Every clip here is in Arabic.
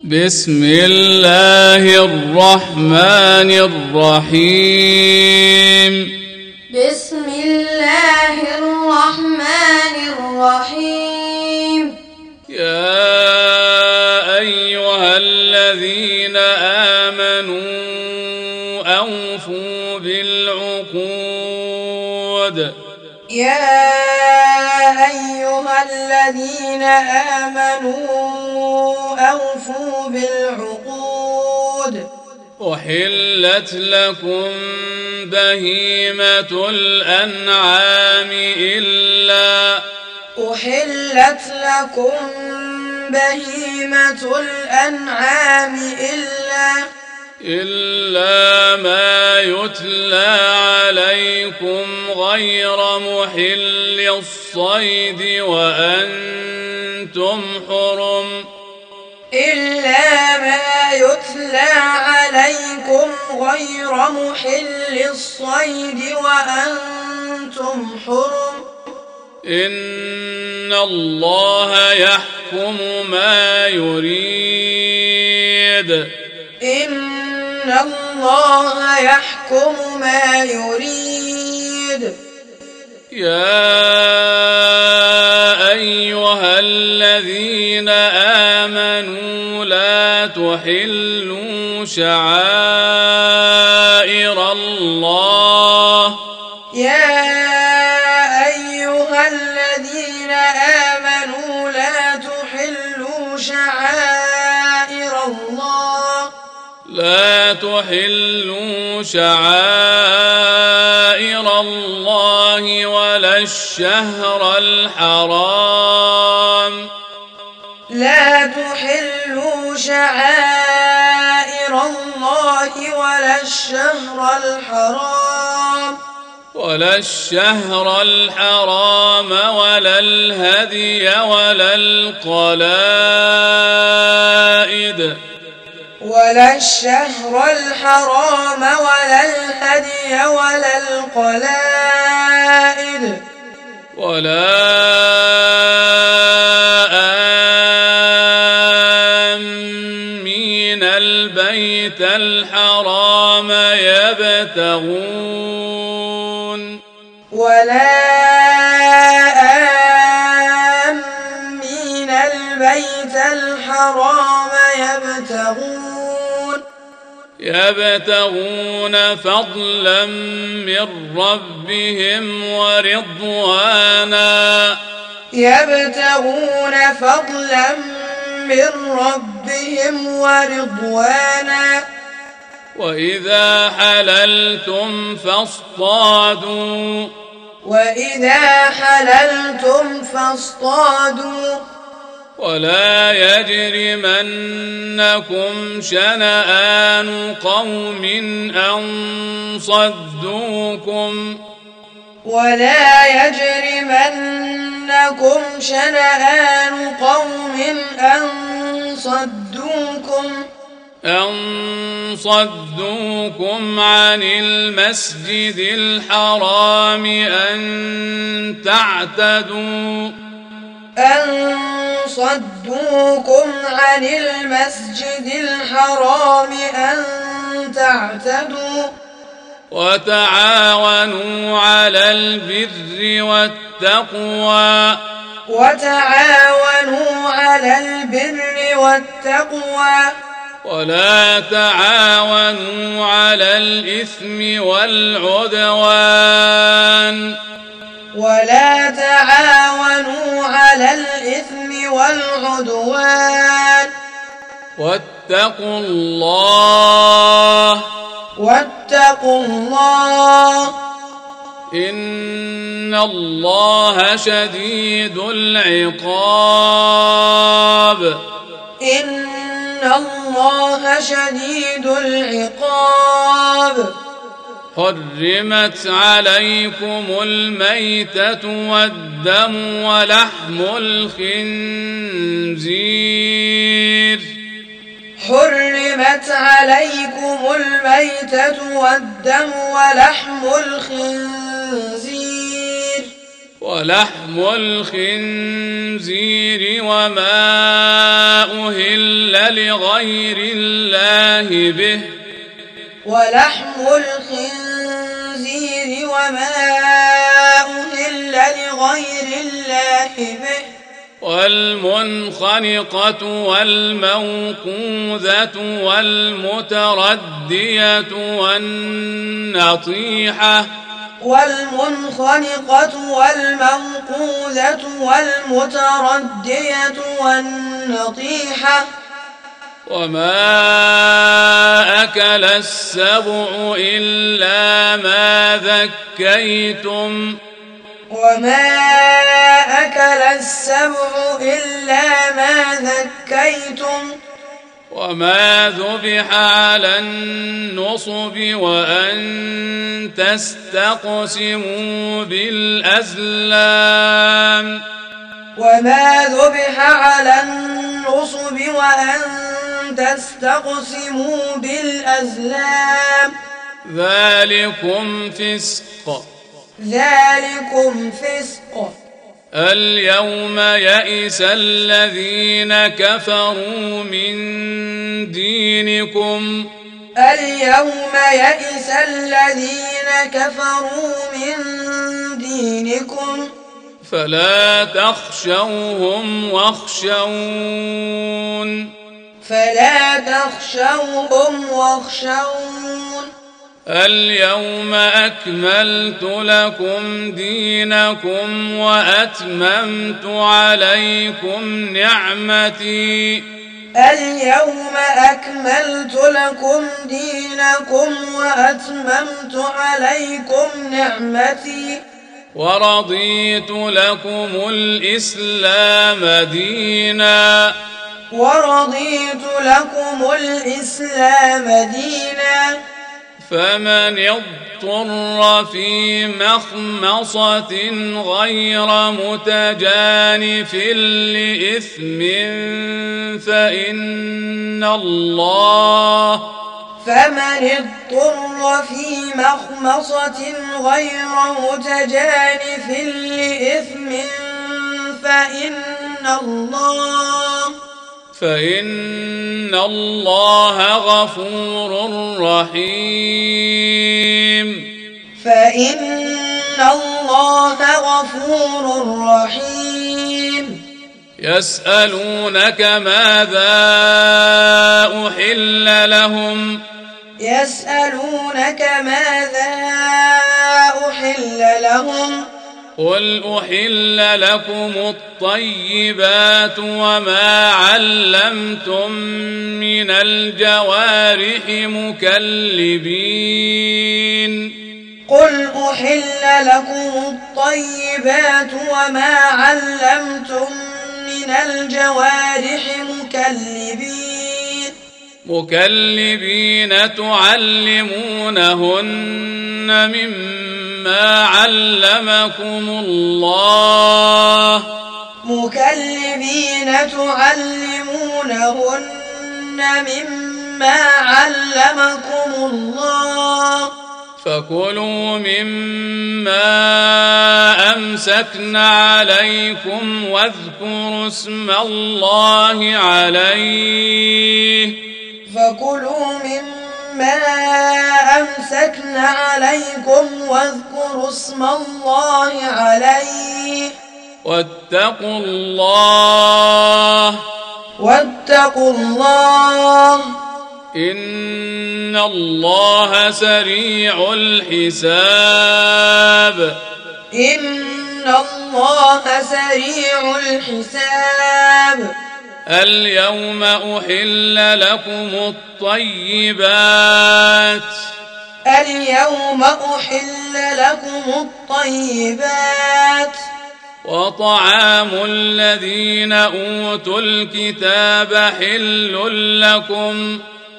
بسم الله الرحمن الرحيم. بسم الله الرحمن الرحيم. يا أيها الذين آمنوا أوفوا بالعقود. يا أيها الذين آمنوا أوفوا بالعقود. أحلت لكم بهيمة الأنعام إلا ما يتلى عليكم غير محل الصيد وأنتم حرم. إلا ما يتلى عليكم غير محل الصيد وأنتم حرم. إن الله يحكم ما يريد. إن الله يحكم ما يريد. يا أيها الذين آمنوا لا تحلوا شعائر الله. يا أيها الذين آمنوا لا تحلوا شعائر الله. لا تحلوا شعائر الله ولا الشهر الحرام. لا تحلوا شعائر الله ولا الشهر الحرام ولا الهدي ولا القلائد. ولا الشهر الحرام ولا الهدي ولا القلائد. ولا آمين البيت الحرام يبتغون. ولا آمين البيت الحرام يبتغون فضلا من ربهم ورضوانا. يبتغون فضلا من ربهم ورضوانا. وإذا حللتم فاصطادوا. وإذا حللتم فاصطادوا. ولا يجرمنكم شنآن قوم أن صدوكم. ولا يجرمنكم شنآن قوم أن صدوكم عن المسجد الحرام أن تعتدوا. وتعاونوا على البر والتقوى. ولا تعاونوا على الإثم والعدوان. واتقوا الله. إن الله شديد العقاب. حرمت عليكم الميتة والدم ولحم الخنزير. حرمت عليكم الميتة والدم ولحم الخنزير. ولحم الخنزير وما أهل لغير الله به ولحم الخنزير وما أهل لغير الله به والمنخنقة والموقوذة والمتردية والنطيحة والمنخنقة والموقوذة والمتردية والنطيحة وما أكل السبع إلا ما ذكيتم وما أكل السبع إلا ما ذكيتم وما ذبح على النصب وأن تستقسموا بالأزلام وما ذبح على النصب وأن تستقسموا بالأزلام ذلكم فسق اليوم يئس الذين كفروا من دينكم فلا تخشوهم واخشون اليوم أكملت لكم دينكم وأتممت عليكم نعمتي ورضيت لكم الإسلام دينا فمن اضطر في مخمصة غير متجانف لإثم فإن الله غفور رحيم يسألونك ماذا أحل لهم قل أحل لكم الطيبات وما علمتم من الجوارح مكلبين تعلمونهن مما علمكم الله فكلوا مما أمسكن عليكم واذكروا اسم الله عليه واتقوا الله إن الله سريع الحساب اليوم أحل لكم الطيبات وطعام الذين أوتوا الكتاب حل لكم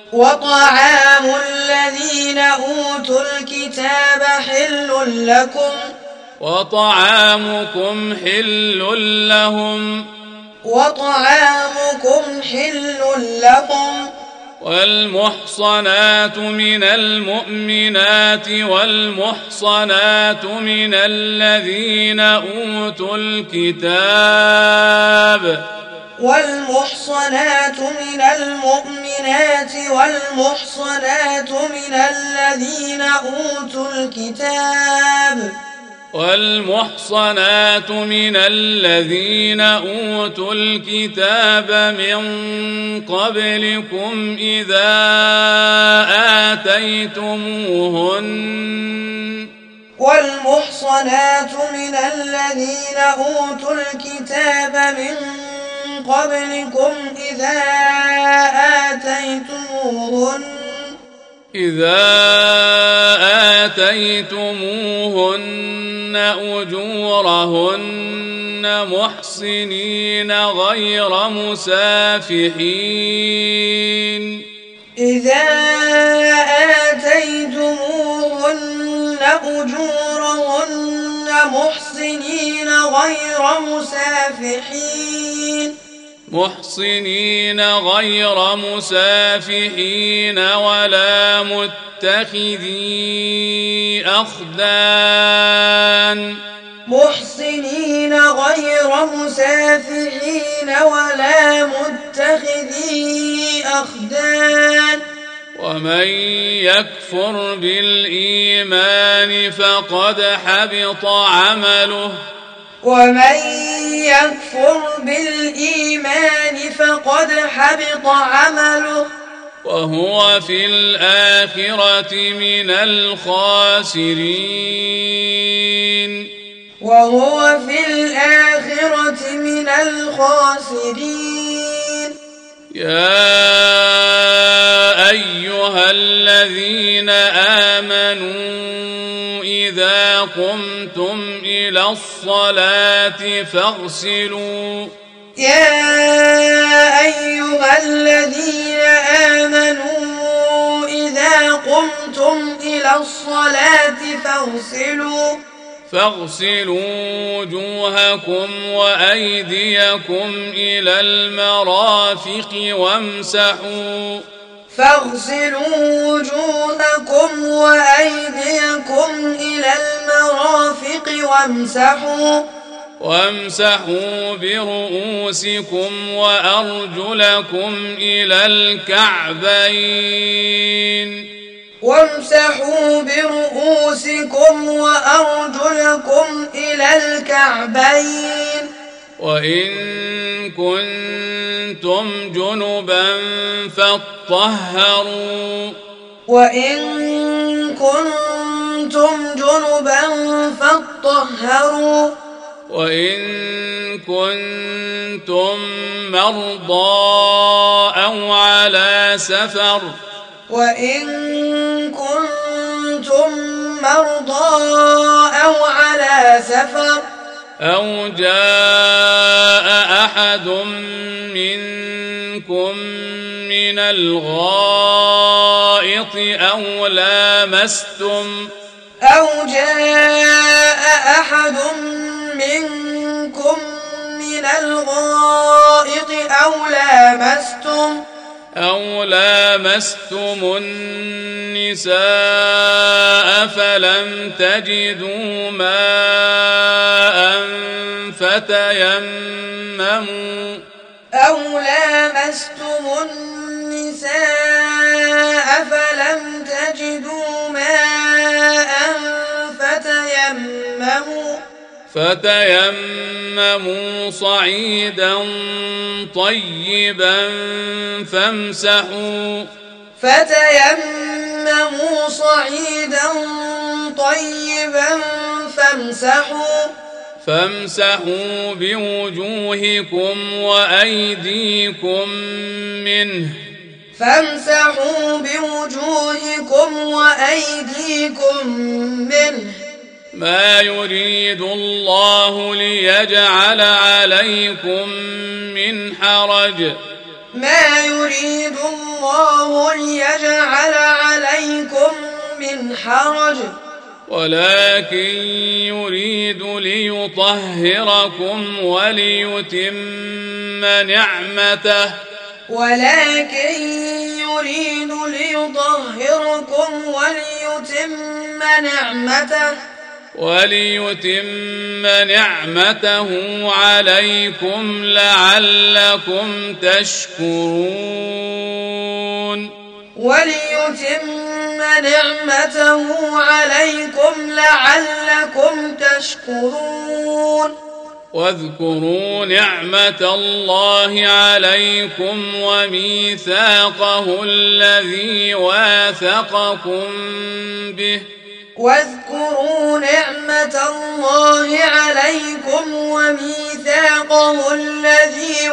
وطعامكم حل لهم والمحصنات من المؤمنات والمحصنات من الذين أوتوا الكتاب والمحصنات من المؤمنات والمحصنات من الذين أوتوا الكتاب والمحصنات من الذين أوتوا الكتاب من قبلكم إذا آتيتموهن والمحصنات من الذين أوتوا الكتاب من قبلكم إذا آتيتموهن أجورهن محصنين غير مسافحين إذا آتيتموهن أجورهن محصنين غير مسافحين ولا متخذي أخدان محصنين غير مسافحين ولا متخذي أخدان ومن يكفر بالإيمان فقد حبط عمله ومن يكفر بالإيمان فقد حبط عمله وهو في الآخرة من الخاسرين يا أيها الذين آمنوا إذا قمتم إلى الصلاة فاغسلوا فاغسلوا وجوهكم وأيديكم إلى المرافق وامسحوا برؤوسكم وأرجلكم إلى الكعبين وإن كنتم جنبا فاطهروا وإن كنتم مرضى أو على سفر أو جاء أحد منكم من الغائط أو لامستم النساء فلم تجدوا ماء فتيمموا صعيدا طيبا فامسحوا بوجوهكم وأيديكم منه ما يريد الله ليجعل عليكم من حرج ولكن يريد ليطهركم وليتم نعمته وليتم نعمته عليكم لعلكم تشكرون. وليتم نعمته عليكم لعلكم تشكرون. واذكروا نعمة الله عليكم وميثاقه الذي واثقكم به. واذكروا نعمة الله عليكم وميثاقه الذي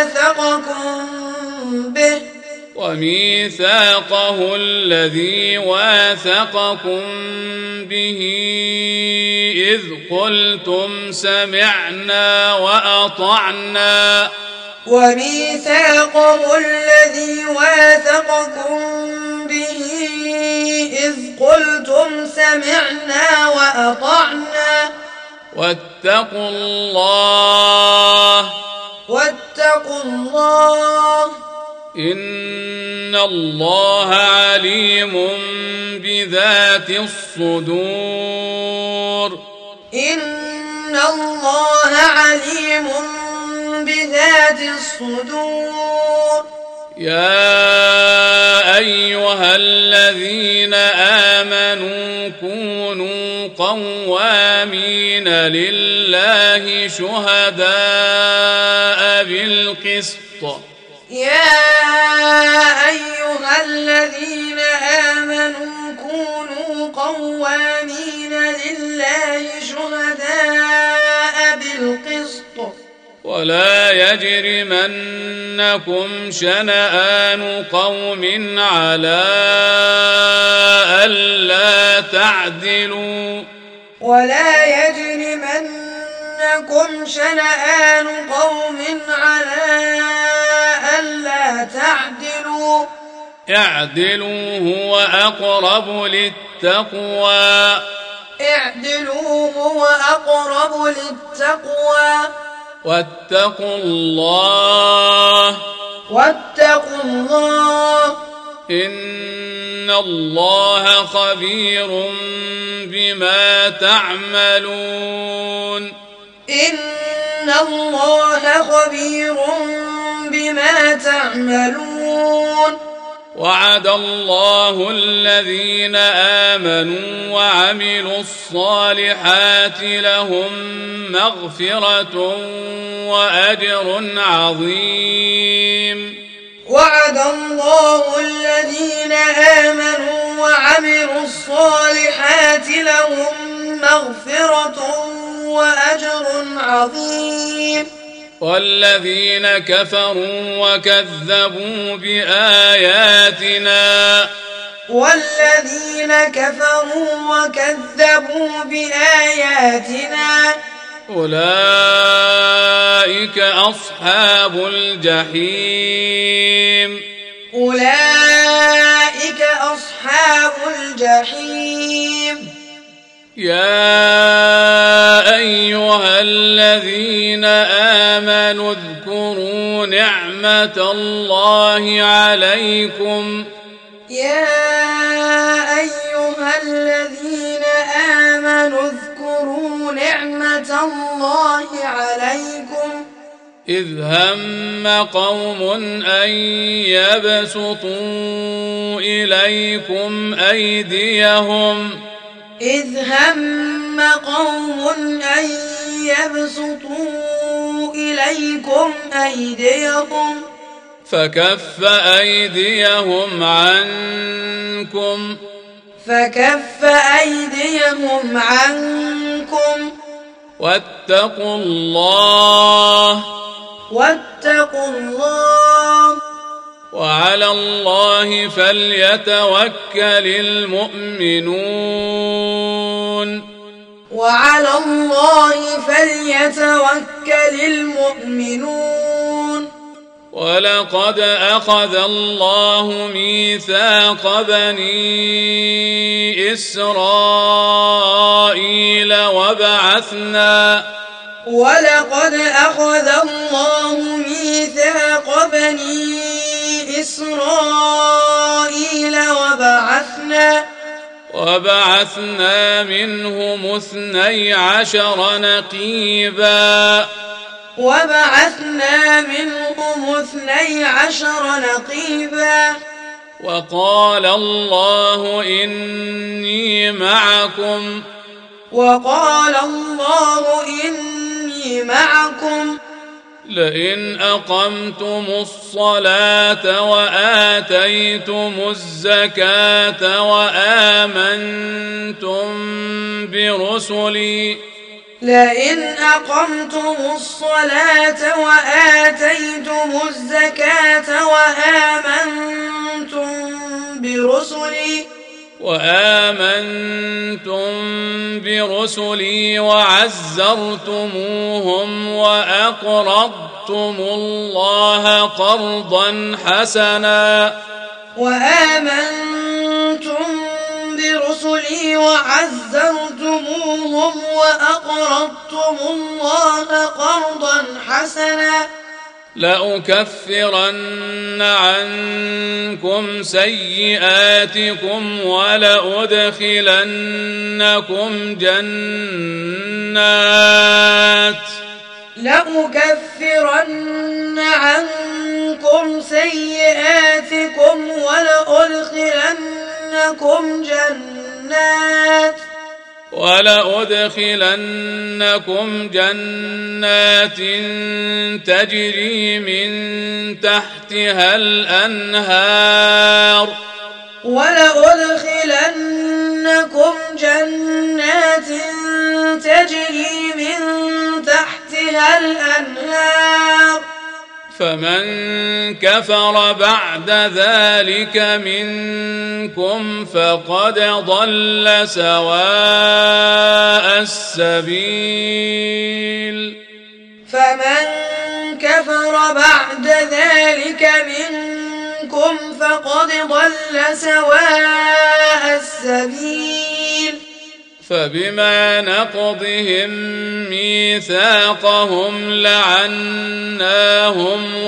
واثقكم به إذ قلتم سمعنا وأطعنا. وميثاقه الذي واثقكم به إذ قلتم سمعنا وأطعنا. واتقوا الله إن الله عليم بذات الصدور. إن الله عليم بذات الصدور. يا أيها الذين آمنوا كونوا قوامين لله شهداء بالقسط. يا أيها الذين آمنوا كونوا قوامين لله شهداء بالقسط. ولا يجرمنكم شنآن قوم على ألا تعدلوا. ولا يجرمنكم شنآن قوم على ألا تعدلوا. اعدلوا هو أقرب للتقوى. اعدلوا هو أقرب للتقوى. واتقوا الله إن الله خبير بما تعملون. إن الله خبير بما تعملون. وعد الله الذين آمنوا وعملوا الصالحات لهم مغفرة وأجر عظيم. وعد الله الذين آمنوا وعملوا الصالحات لهم مغفرة وأجر عظيم. والذين كفروا وكذبوا بآياتنا أولئك أصحاب الجحيم. يا أيها الذين آمنوا اذكروا نعمة الله عليكم. يا أيها الذين آمنوا اذكروا نعمة الله عليكم إذ هم قوم أن يبسطوا إليكم أيديهم فكف أيديهم عنكم واتقوا الله وعلى الله فليتوكل المؤمنون. ولقد أخذ الله ميثاق بني إسرائيل وبعثنا وبعثنا منهم 12 نقيبا وقال الله إني معكم لئن أقمتم الصلاة وآتيتم الزكاة وآمنتم برسلي وعزرتموهم وأقرضتم الله قرضا حسنا لأكفرن عنكم سيئاتكم ولأدخلنكم جنات تجري من تحتها الأنهار فمن كفر بعد ذلك منكم فقد ضل سواء السبيل فبما نقضهم ميثاقهم لعناهم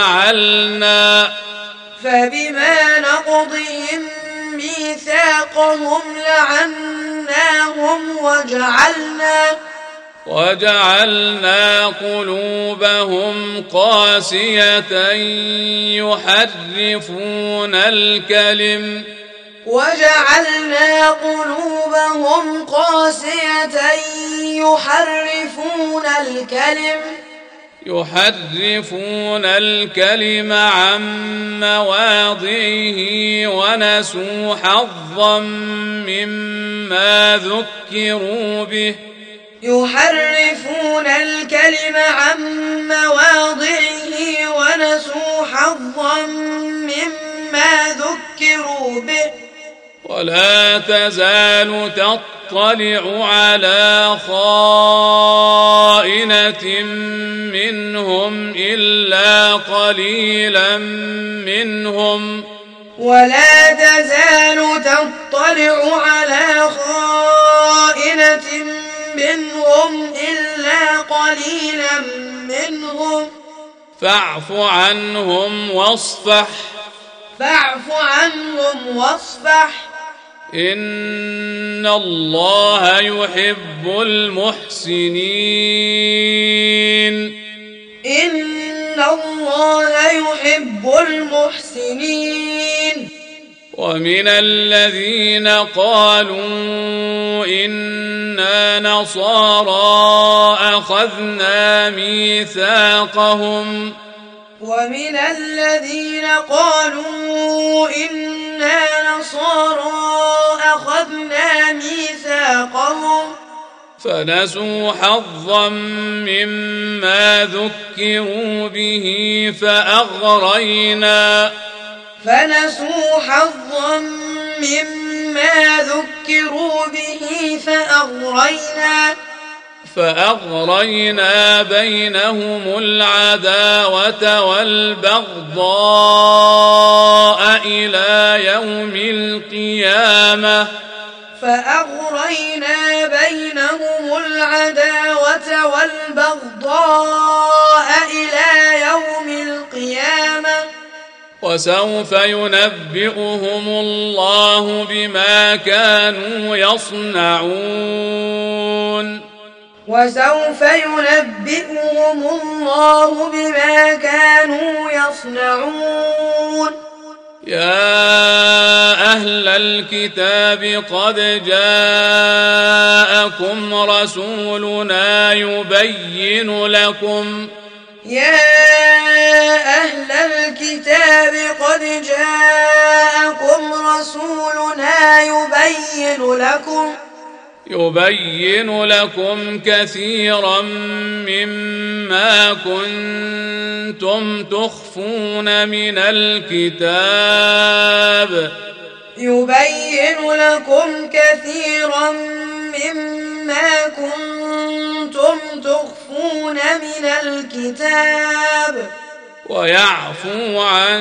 وجعلنا قلوبهم قاسية يحرفون الكلم عن مواضعه ونسوا حظا مما ذكروا به ولا تزال تطلع على خائنة منهم إلا قليلا منهم فاعف عنهم واصفح إن الله يحب المحسنين ومن الذين قالوا إنا نصارى أخذنا ميثاقهم فنسوا حظا مما ذكروا به فأغرينا بينهم العداوة والبغضاء إلى يوم القيامة وسوف ينبئهم الله بما كانوا يصنعون وسوف ينبئهم الله بما كانوا يصنعون يا أهل الكتاب قد جاءكم رسولنا يبين لكم أهل الكتاب قد جاءكم رسولنا يبين لكم كثيرا مما كنتم تخفون من الكتاب ويعفو عن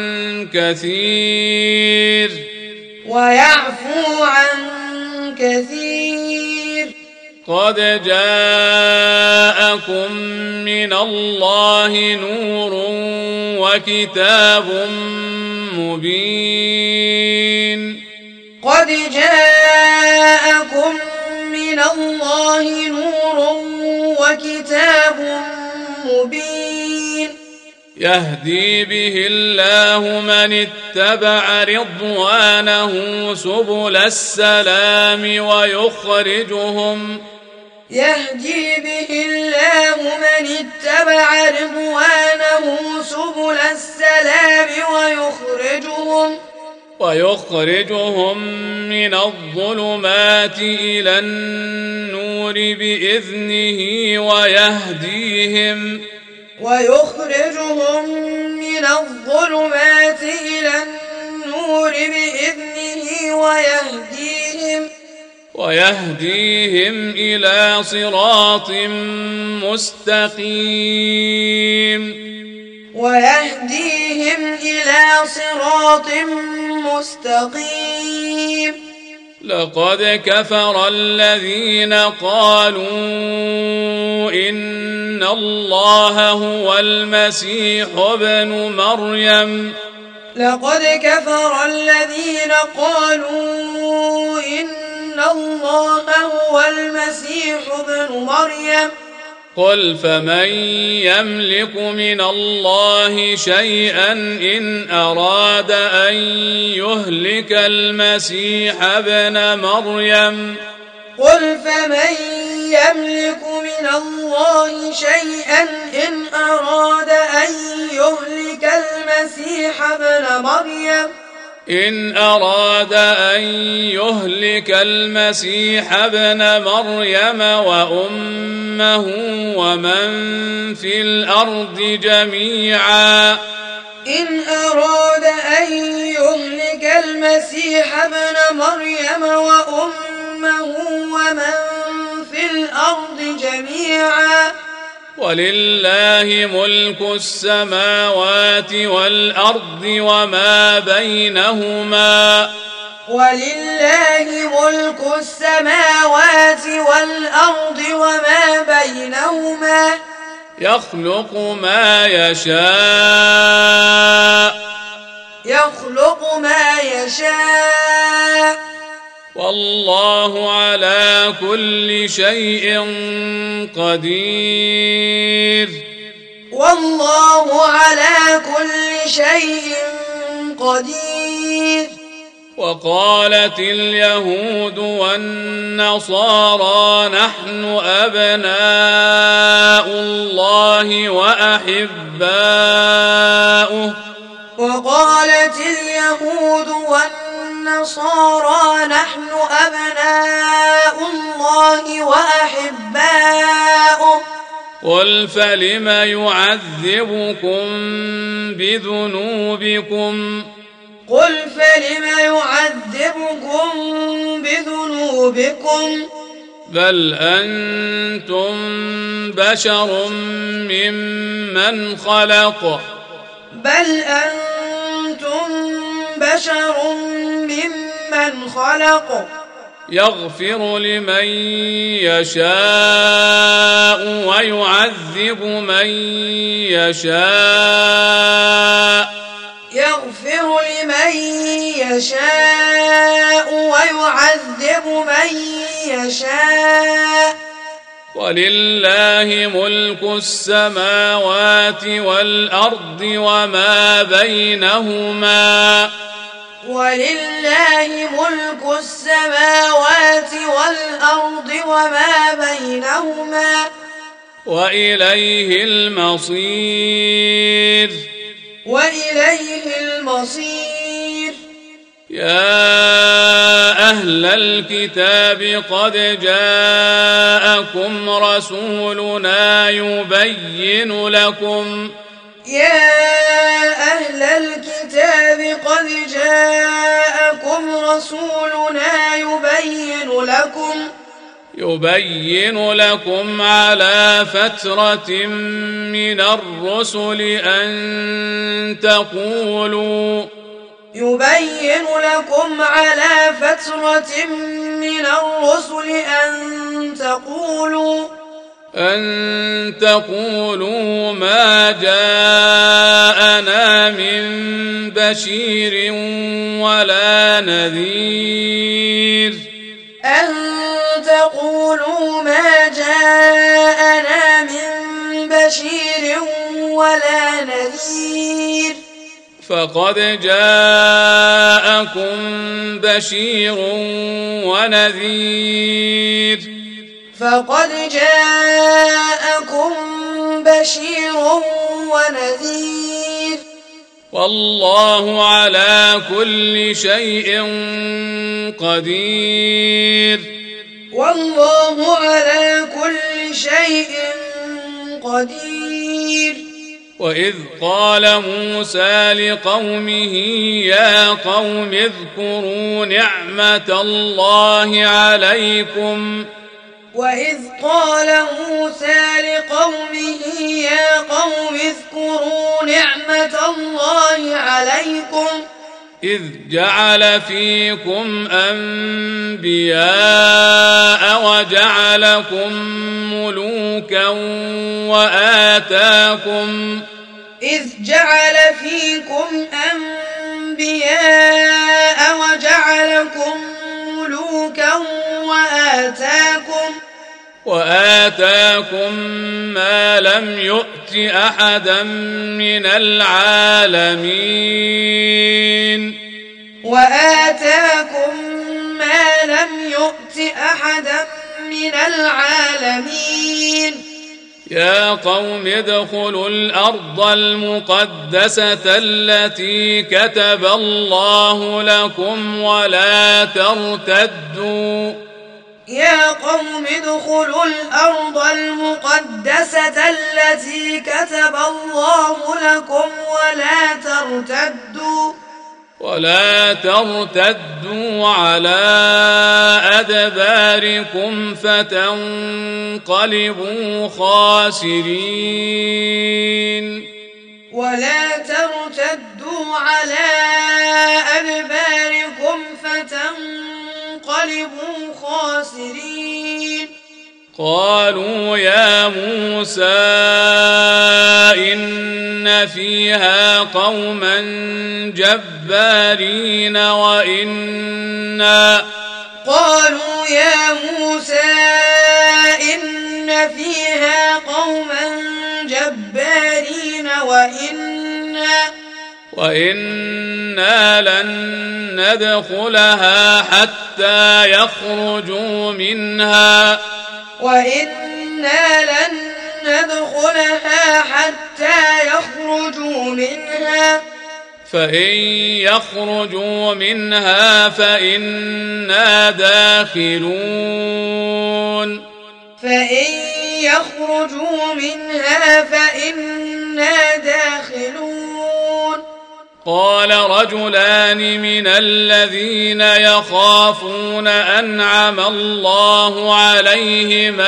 كثير قد جاءكم من الله نور وكتاب مبين يهدي به الله من اتبع رضوانه سبل السلام ويخرجهم من الظلمات إلى النور بإذنه ويهديهم إلى صراط مستقيم لقد كفر الذين قالوا إن الله هو المسيح ابن مريم قل فمن يملك من الله شيئا إن أراد أن يهلك المسيح ابن مريم وأمه ومن في الأرض جميعا ولله ملك السماوات والأرض وما بينهما يخلق ما يشاء والله على كل شيء قدير وقالت اليهود والنصارى نحن أبناء الله وأحباؤه قل فلم يعذبكم بذنوبكم بل أنتم بشر ممن خلق يغفر لمن يشاء ويعذب من يشاء يغفر لمن يشاء ويعذب من يشاء ولله ملك السماوات والأرض وما بينهما ولله ملك السماوات والأرض وما بينهما وإليه المصير وإليه المصير يا أهل الكتاب قد جاءكم رسولنا يبين لكم أهل الكتاب قد جاءكم رسولنا يبين لكم على فترة من الرسل أن تقولوا ما جاءنا من بشير ولا نذير فقد جاءكم بشير ونذير والله على كل شيء قدير وإذ قال موسى لقومه يا قوم اذكروا نعمة الله عليكم إذ جعل فيكم أنبياء وجعلكم ملوكا وآتاكم ما لم يؤت أحدا من العالمين يا قوم ادخلوا الأرض المقدسة التي كتب الله لكم ولا ترتدوا على أدباركم فتنقلبوا خاسرين قالوا يا موسى إن فيها قوما جبارين وإنا لن ندخلها حتى يخرجوا منها فإن يخرجوا منها فإنا داخلون قال رجلان من الذين يخافون أنعم الله عليهم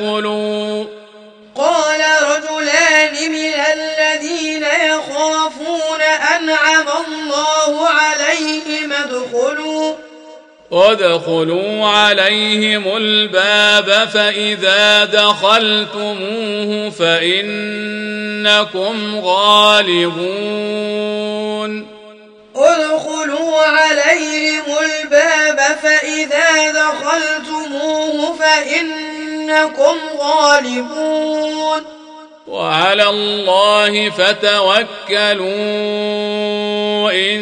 ادخلوا عليهم الباب فإذا دخلتموه فإنكم غالبون ادخلوا عليهم الباب فإذا دخلتموه فإنكم غالبون وعلى الله فتوكلوا إن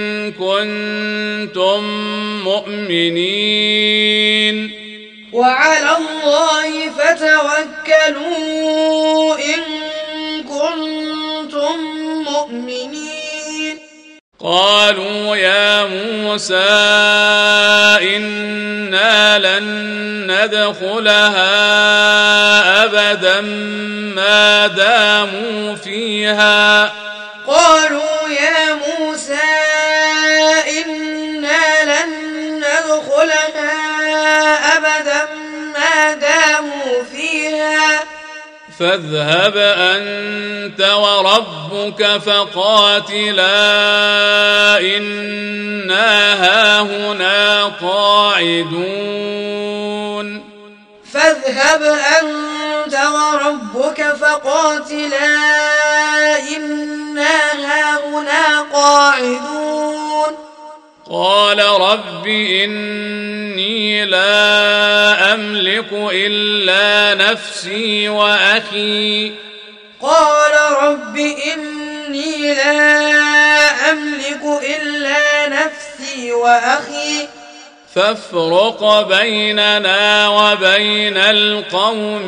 كنتم مؤمنين وعلى الله فتوكلوا إن كنتم مؤمنين قالوا يا موسى إنا لن ندخلها أبدا ما داموا فيها قالوا يا موسى إنا لن ندخلها أبدا ما داموا فيها فاذهب أنت وربك فقاتلا إنا هاهنا قاعدون فاذهب أنت وربك فقاتلا إنا هاهنا قاعدون قال رب إني لا أملك إلا نفسي وأخي قال رب إني لا أملك إلا نفسي وأخي فافرق بيننا وبين القوم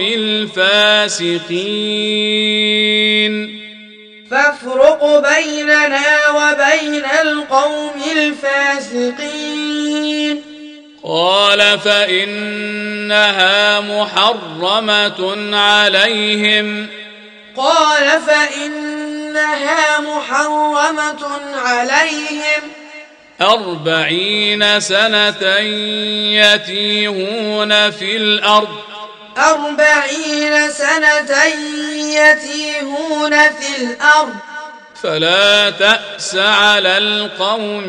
الفاسقين فافرق بيننا وبين القوم الفاسقين قال فإنها محرمة عليهم 40 سنة يتيهون في الأرض 40 سنة يتيهون في الأرض فلا تأس على القوم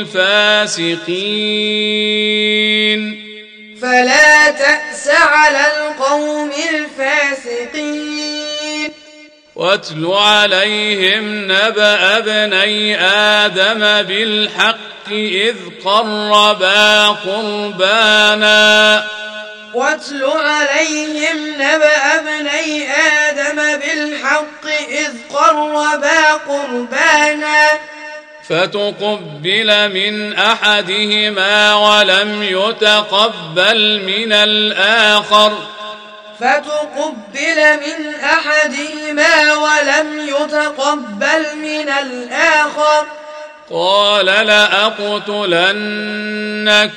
الفاسقين فلا تأس على القوم الفاسقين واتل عليهم نبأ ابني آدم بالحق إذ قربا قربانا واتل عليهم نبأ ابني آدم بالحق إذ قربا قربانا فتقبل من أحدهما ولم يتقبل من الآخر قال لأقتلنك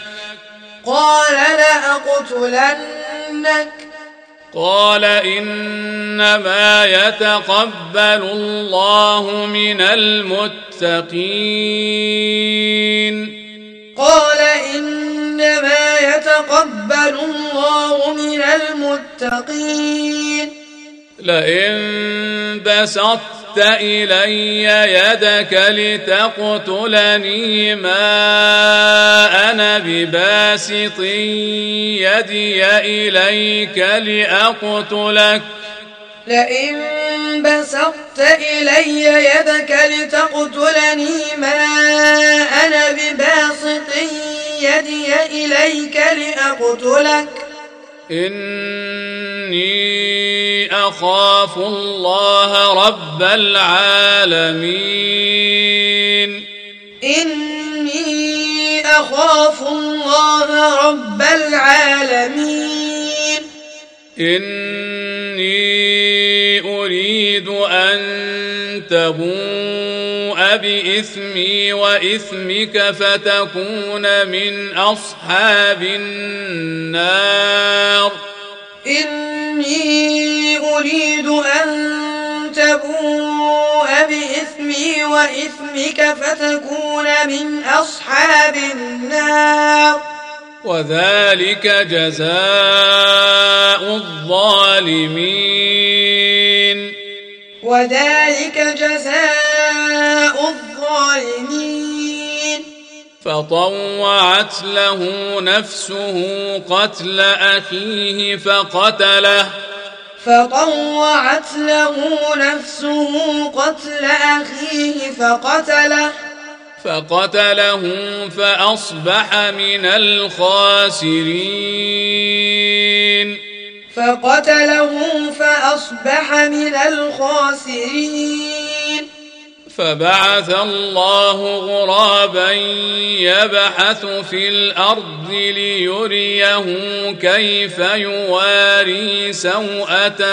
قال إنما يتقبل الله من المتقين لئن بسطت إلي يدك لتقتلني ما أنا بباسط يدي إليك لأقتلك إني أخاف الله رب العالمين إني أريد أن تبوء بإثمي وإثمك فتكون من أصحاب النار وذلك جزاء الظالمين فطوعت له نفسه قتل أخيه فقتله فقتله فأصبح من الخاسرين فبعث الله غرابا يبحث في الأرض ليريه كيف يواري سوءة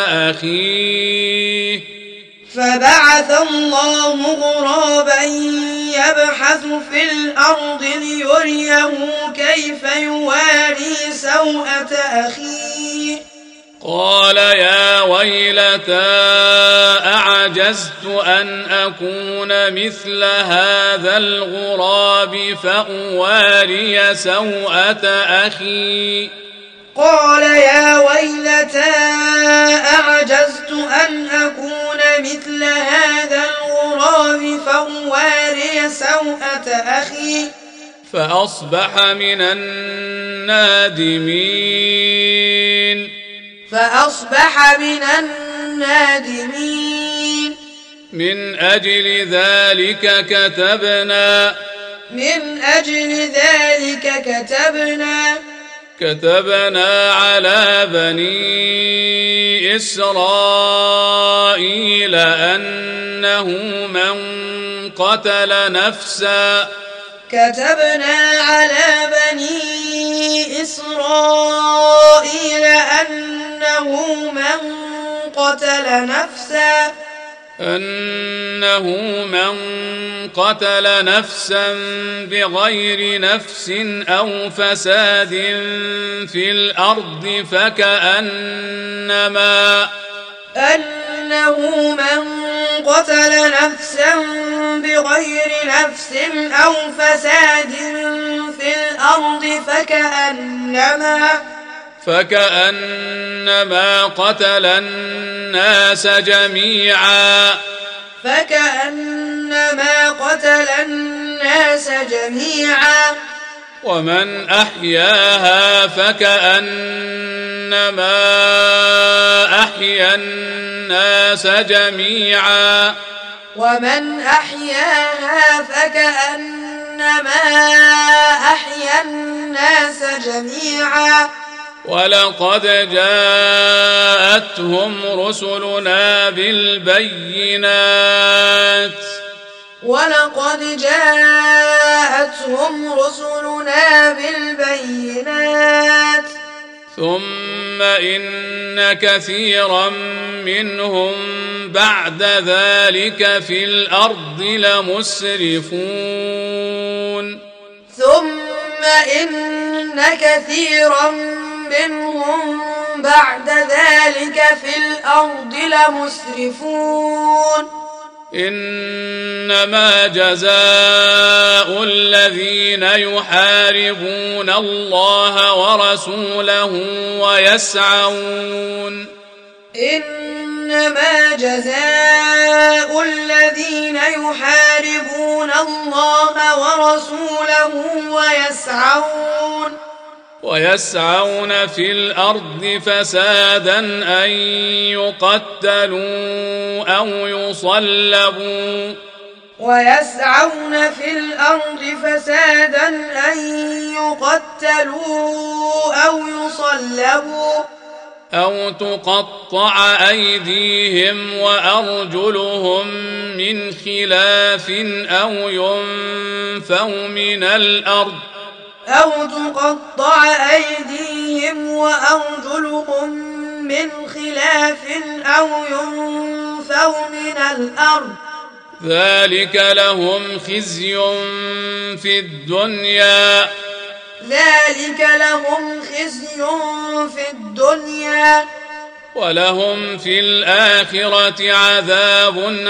أخيه قال يا ويلتى أعجزت أن أكون مثل هذا الغراب فأواري سوءة أخي فأصبح من النادمين من أجل ذلك كتبنا على بني إسرائيل أنه من قتل نفسا بغير نفس أو فساد في الأرض فكأنما قتل الناس جميعا ومن أحياها فكأنما أحيا الناس جميعا ولقد جاءتهم رسلنا بالبينات ثم إن كثيرا منهم بعد ذلك في الأرض لمسرفون إنما جزاء الذين يحاربون الله ورسوله ويسعون في الأرض فسادا أن يقتلوا أو يصلبوا أو تقطع أيديهم وأرجلهم من خلاف أو ينفوا من الأرض ذلك لهم خزي في الدنيا ولهم في الآخرة عذاب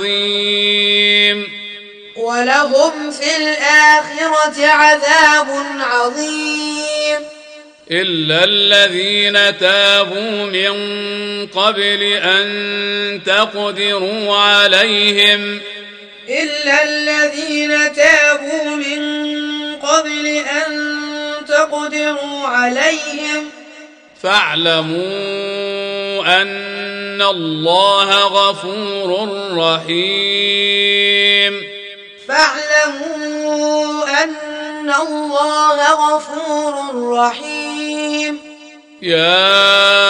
عظيم إلا الذين تابوا من قبل أن تقدروا عليهم فاعلموا أن الله غفور رحيم فاعلموا أن الله غفور رحيم. يا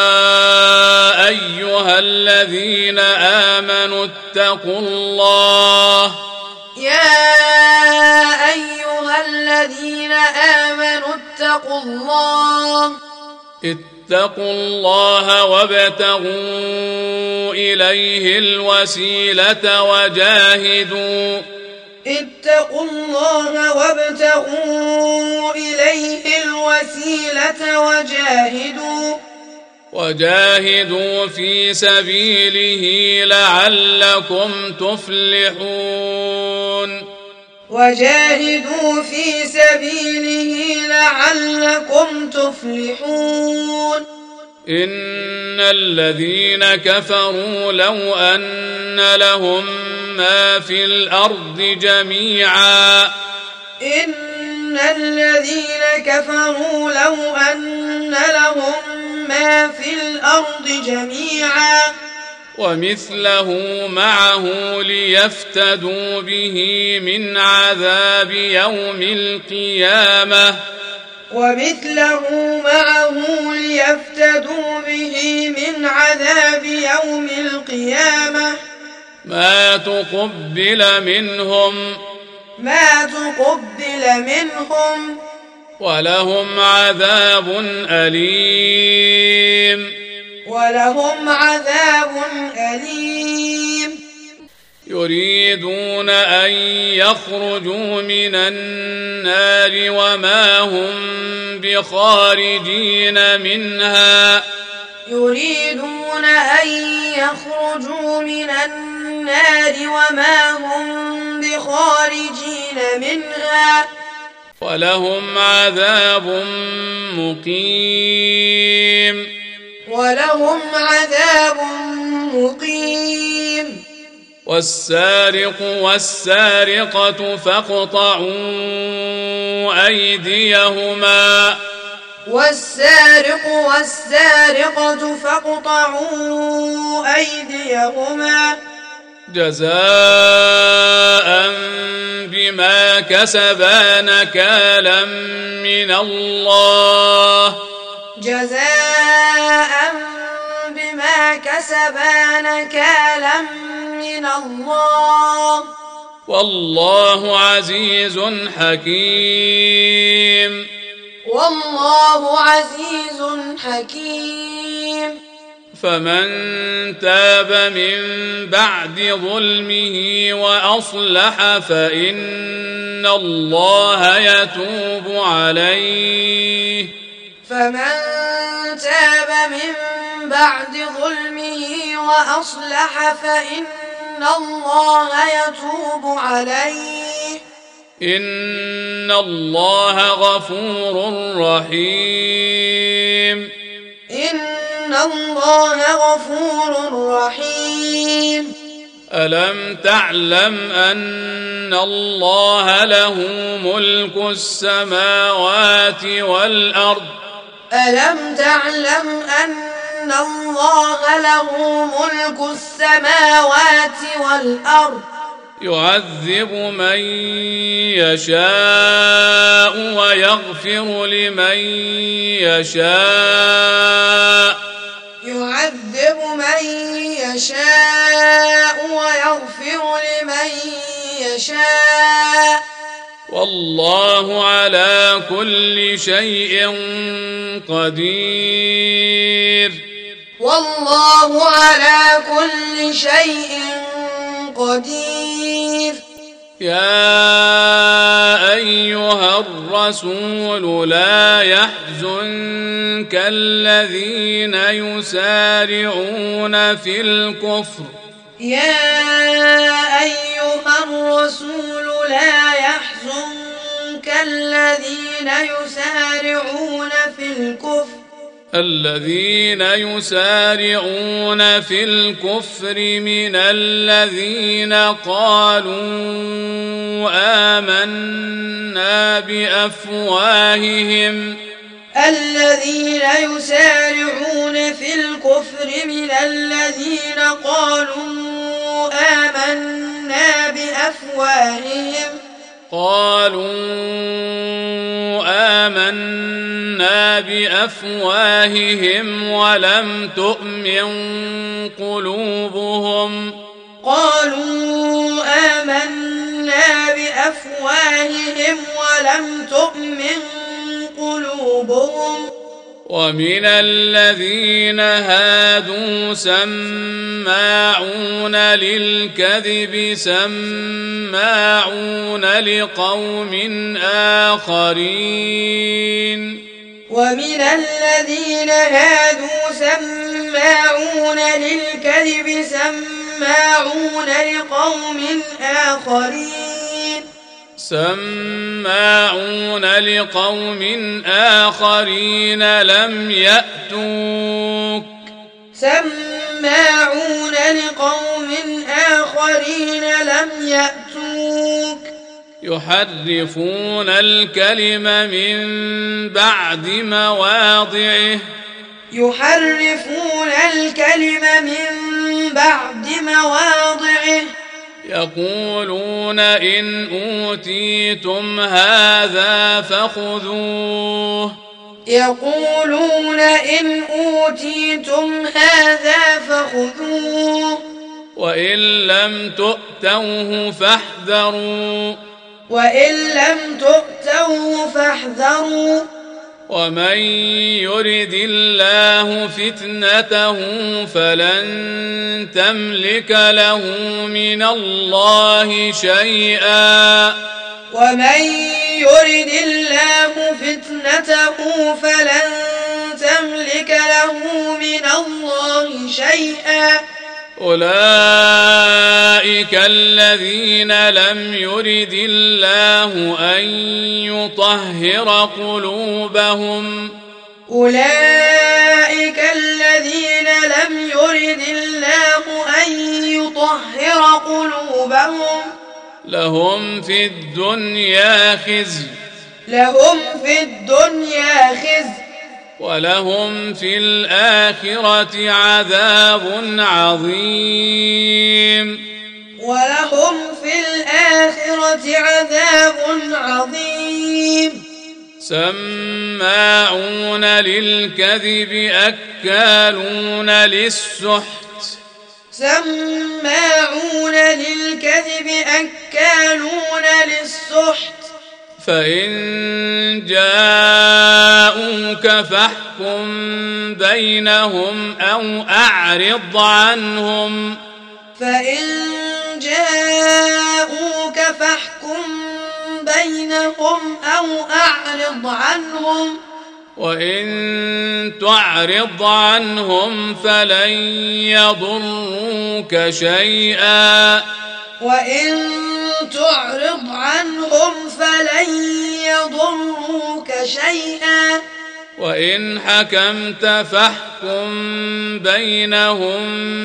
أيها الذين آمنوا اتقوا الله يا أيها الذين آمنوا اتقوا الله وابتغوا إليه الوسيلة وجاهدوا اتقوا الله وابتغوا إليه الوسيلة وجاهدوا في سبيله لعلكم تفلحون. وجاهدوا في سبيله لعلكم تفلحون. إن الذين كفروا لو أن لهم ما في الأرض جميعا إن الذين كفروا لو أن لهم ما في الأرض جميعا ومثله معه ليفتدوا به من عذاب يوم القيامة من عذاب يوم القيامة ما تقبل منهم ولهم عذاب أليم. يريدون أن يخرجوا من النار وما هم بخارجين منها ولهم عذاب مقيم. والسارق والسارقة فاقطعوا أيديهما جزاء بما كسبا نكالا من الله والله عزيز حكيم. فمن تاب من بعد ظلمه وأصلح فإن الله يتوب عليه إن الله غفور رحيم. ألم تعلم أن الله له ملك السماوات والأرض يعذب من يشاء ويغفر لمن يشاء والله على كل شيء قدير. يا أيها الرسول لا يحزنك الذين يسارعون في الكفر الذين يسارعون في الكفر من الذين قالوا آمنا بأفواههم آمنا بأفواههم ولم تؤمن قلوبهم قالوا آمنا بأفواههم ولم تؤمن قلوبهم ومن الذين هادوا سماعون للكذب سماعون لقوم آخرين ومن الذين هادوا سماعون للكذب سماعون لقوم آخرين لم يأتوك يحرفون الكلم من بعد مواضعه يقولون إن أوتيتم هذا فخذوه وإن لم تؤتوه فاحذروا ومن يرد الله فتنته فلن تملك له من الله شيئا أولئك الذين لم يرد الله أن يطهر قلوبهم لهم في الدنيا خزي ولهم في الآخرة عذاب عظيم سماعون للكذب أكالون للسحت فإن جاءوك فاحكم بينهم أو أعرض عنهم وإن تعرض عنهم فلن يضروك شيئا وإن حكمت فاحكم بينهم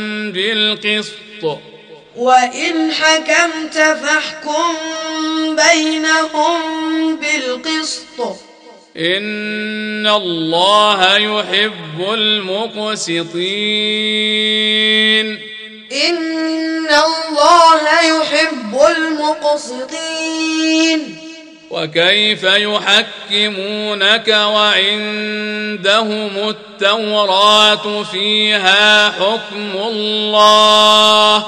بالقسط إن الله يحب المقسطين وكيف يحكمونك وعندهم التوراة فيها حكم الله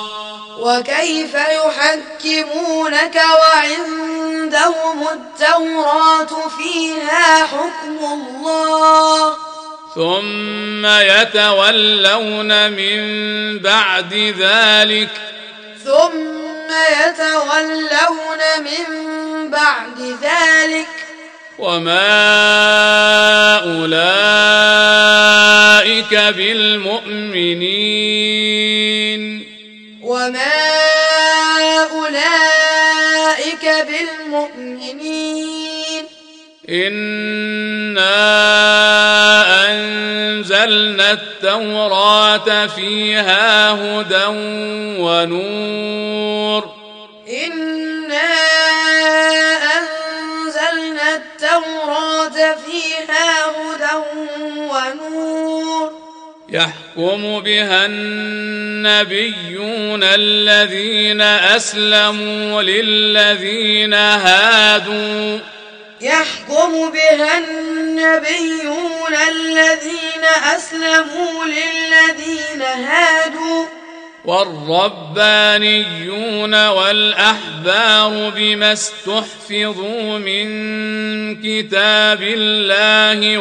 ثم يتولون من بعد ذلك وما أولئك بالمؤمنين إنا أنزلنا التوراة فيها هدى ونور يحكم بها النبيون الذين أسلموا للذين هادوا يحكم بها النبيون الذين أسلموا للذين هادوا والربانيون والأحبار بما استحفظوا من كتاب الله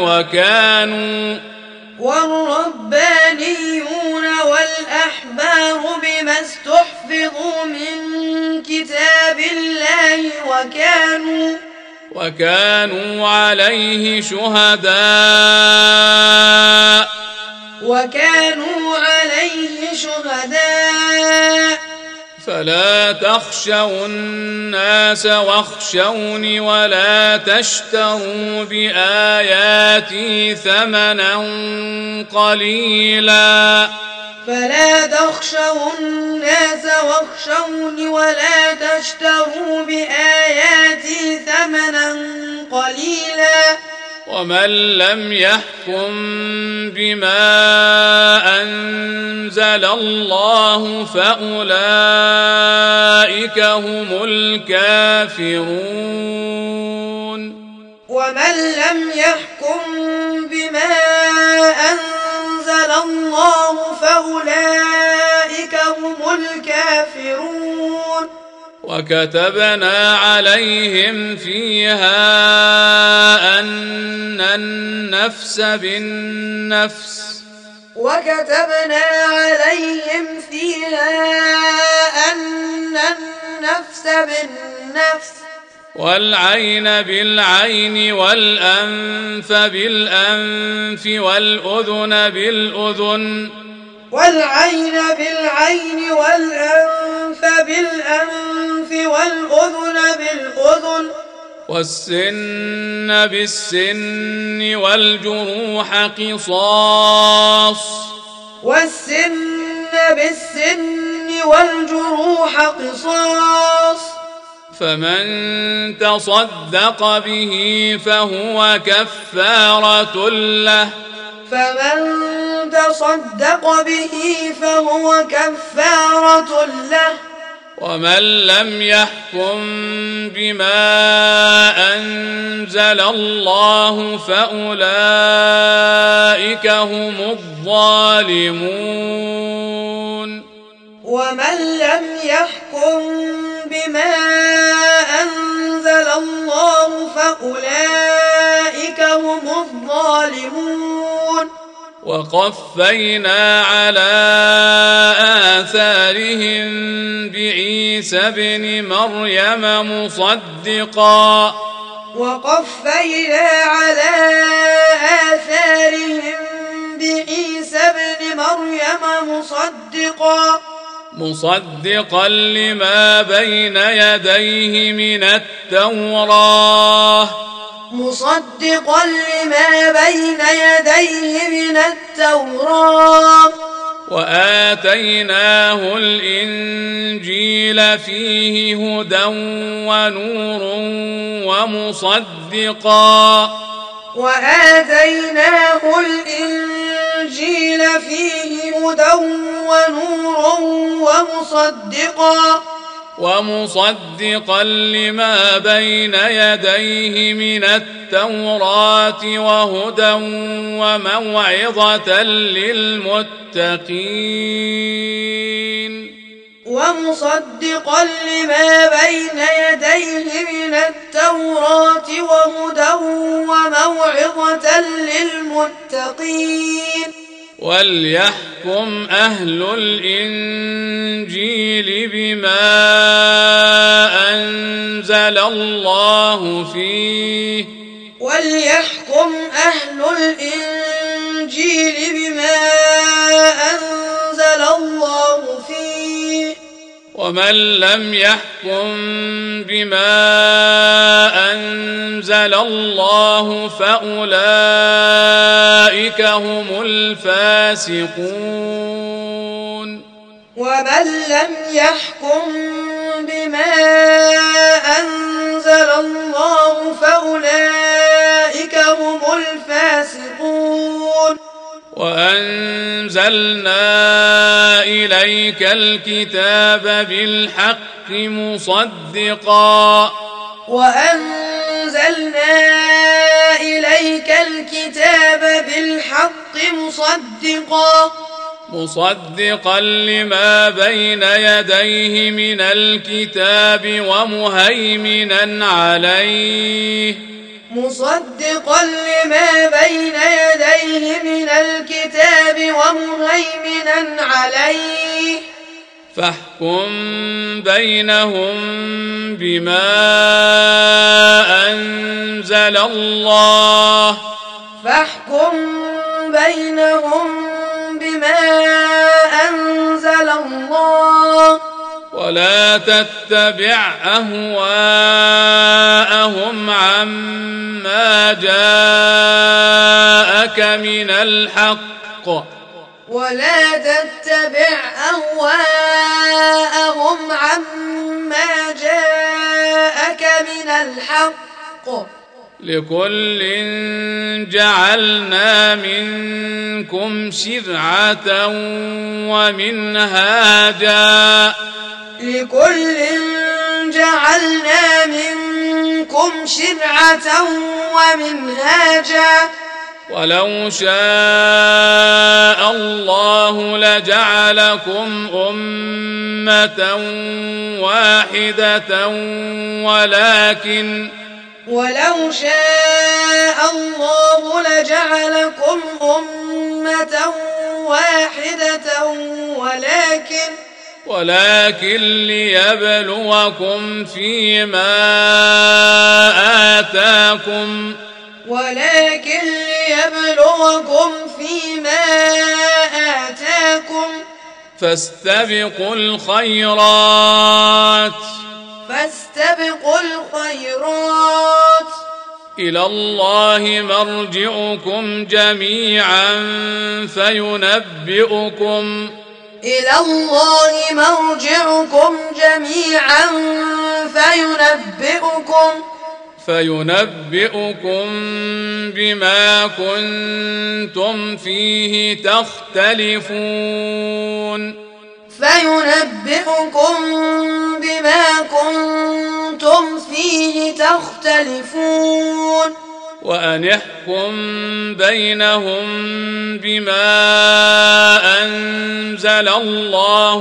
والربانيون والأحبار بما استحفظوا من كتاب الله وكانوا عليه شهداء فلا تخشوا الناس واخشوني ولا تشتروا بآياتي ثمنا قليلا فلا تخشوا الناس واخشوني ولا تشتروا بآياتي ثمنا قليلا ومن لم يحكم بما أنزل الله فأولئك هم الكافرون ومن لم يحكم بما أنزل الله فأولئك هم الكافرون وكتبنا عليهم فيها أن النفس بالنفس والعين بالعين والأنف بالأنف والأذن بالأذن والسن بالسن والجروح قصاص فمن تصدق به فهو كفارة له ومن لم يحكم بما أنزل الله فأولئك هم الظالمون ومن لم يحكم بما أنزل الله فأولئك هم الظالمون وقفينا على آثارهم بعيسى ابن مريم مصدقا لما بين يديه من التوراة وآتيناه الإنجيل فيه هدى ونور ومصدقا لما بين يديه من التوراة وهدى وموعظة للمتقين وليحكم أهل الإنجيل بما أنزل الله فيه ومن لم يحكم بما أنزل الله فأولئك هم الفاسقون وأنزلنا إليك الكتاب بالحق مصدقا مصدقا لما بين يديه من الكتاب ومهيمنا عليه فاحكم بينهم بما أنزل الله ولا تتبع أهواءهم عما جاءك من الحق لكل جعلنا منكم شرعة ومنهاجا ولو شاء الله لجعلكم أمة واحدة ولكن ليبلوكم فيما آتاكم فاستبقوا الخيرات إلى الله مرجعكم جميعا فينبئكم بما كنتم فيه تختلفون وأن احكم بينهم بما أنزل الله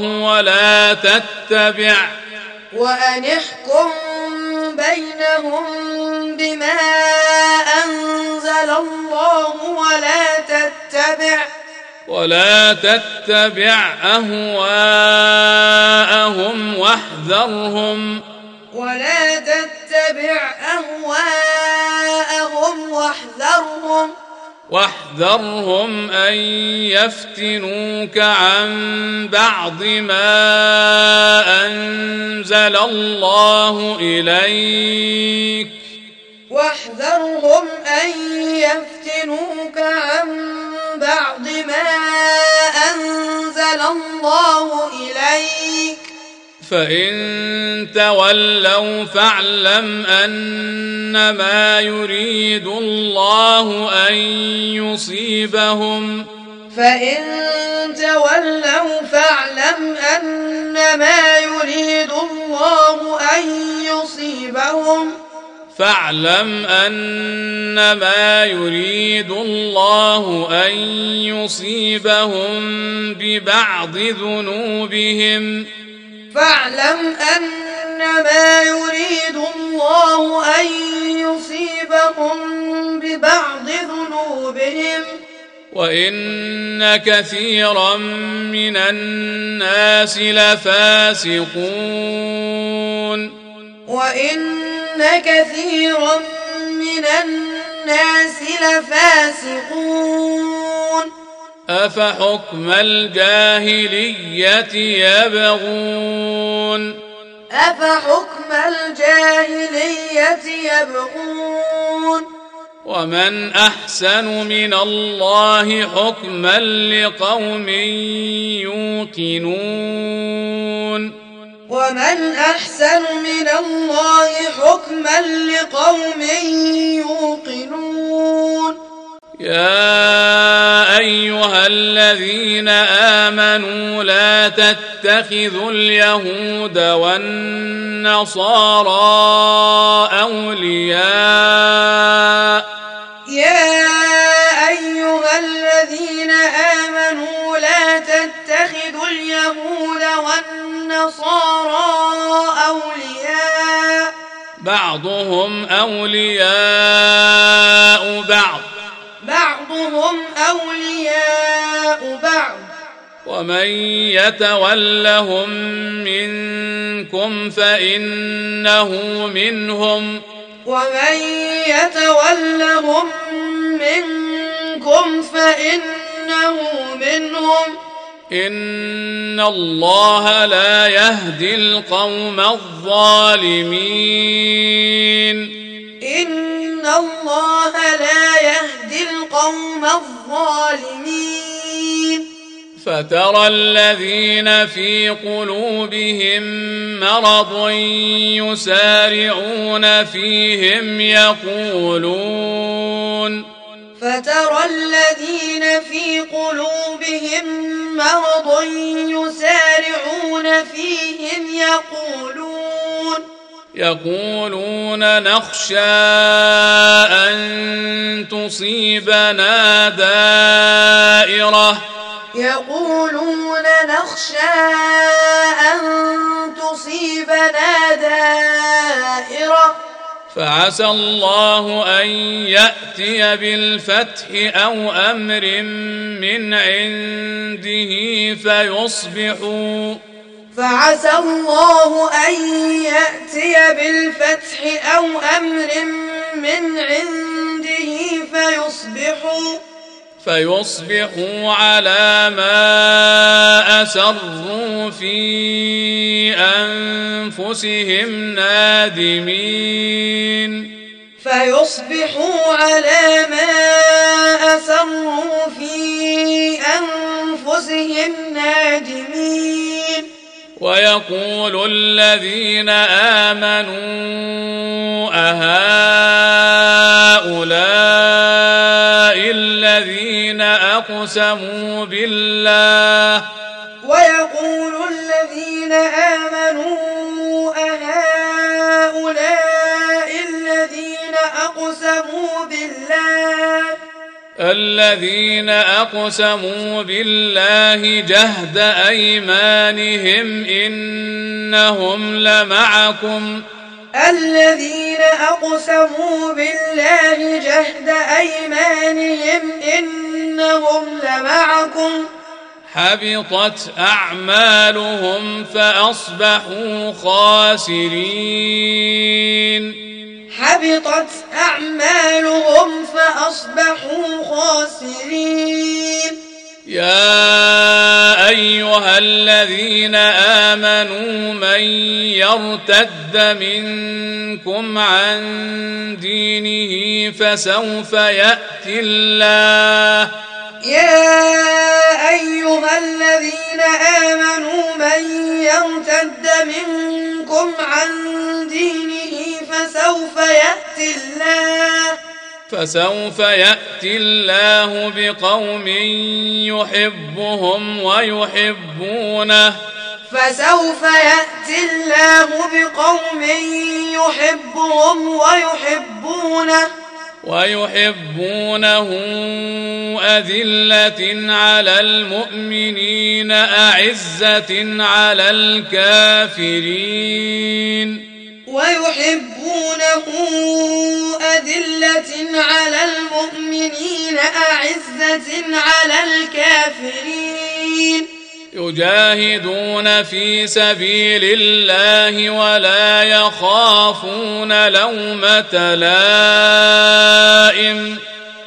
ولا تتبع أهواءهم واحذرهم أن يفتنوك عن بعض ما أنزل الله إليك فإن تولوا فاعلم أنما يريد الله أن يصيبهم فاعلم أنما يريد الله أن يصيبهم ببعض ذنوبهم وإن كثيرا من الناس لفاسقون أفحكم الجاهلية يبغون ومن أحسن من الله حكما لقوم يوقنون يا أيها الذين آمنوا لا تتخذوا اليهود والنصارى أولياء يا أيها الذين آمنوا لا تتخذوا اليهود والنصارى أولياء بعضهم أولياء بعض ومن يتولهم منكم فإنه منهم إن الله لا يهدي القوم الظالمين فترى الذين في قلوبهم مرض يسارعون فيهم يقولون نخشى أن تصيبنا دائرة فعسى الله أن يأتي بالفتح أو أمر من عنده فيصبحوا على ما أسروا في أنفسهم نادمين ويقول الذين آمنوا أهؤلاء الذين أقسموا بالله جهد أيمانهم إنهم لمعكم حبطت أعمالهم فأصبحوا خاسرين يا أيها الذين آمنوا من يرتد منكم عن دينه فسوف يأتي الله بقوم يحبهم ويحبونه أذلة على المؤمنين أعزة على الكافرين يجاهدون في سبيل الله ولا يخافون لومة لائم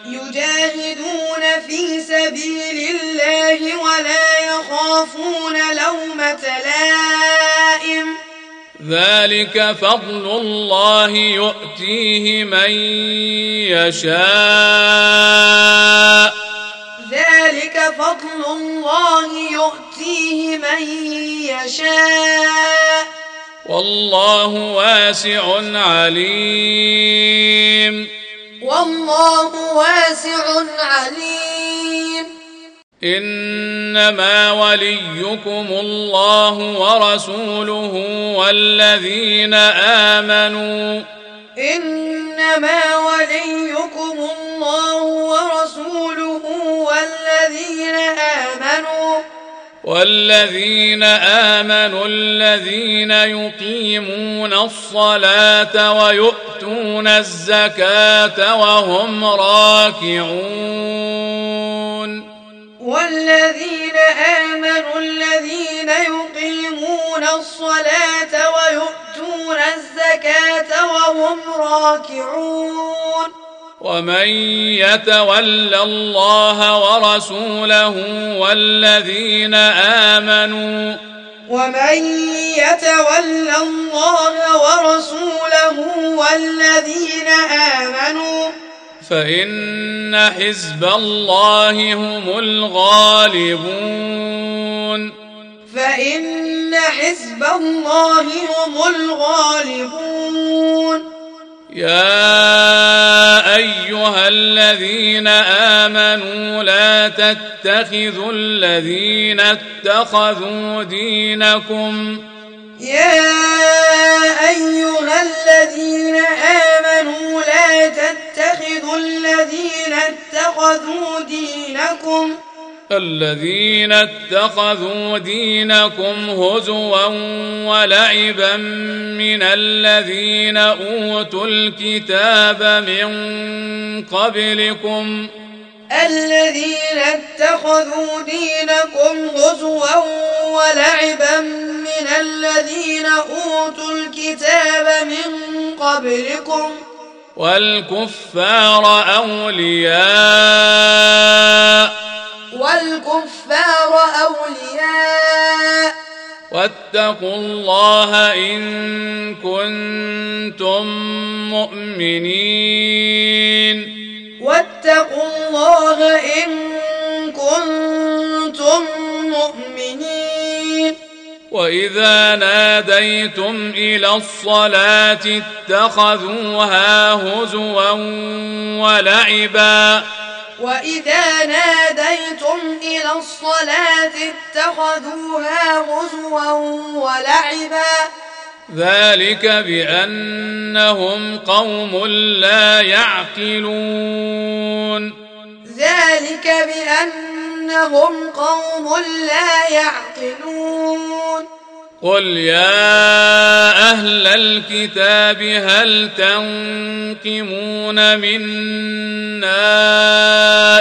ذلك فضل الله يؤتيه من يشاء والله واسع عليم إنما وليكم الله ورسوله والذين آمنوا إنما وليكم الله ورسوله والذين آمنوا الذين يقيمون الصلاة ويؤتون الزكاة وهم راكعون والذين آمنوا الذين يقيمون الصلاة ويؤتون الزكاة وهم راكعون ومن يتول الله ورسوله والذين آمنوا فإن حزب الله هم الغالبون يا أيها الذين آمنوا لا تتخذوا الذين اتخذوا دينكم هزوا ولعبا من الذين أوتوا الكتاب من قبلكم والكفار أولياء واتقوا الله إن كنتم مؤمنين وإذا ناديتم إلى الصلاة اتخذوها هزوا ولعبا ذلك بأنهم قوم لا يعقلون قل يا أهل الكتاب هل تنقمون منا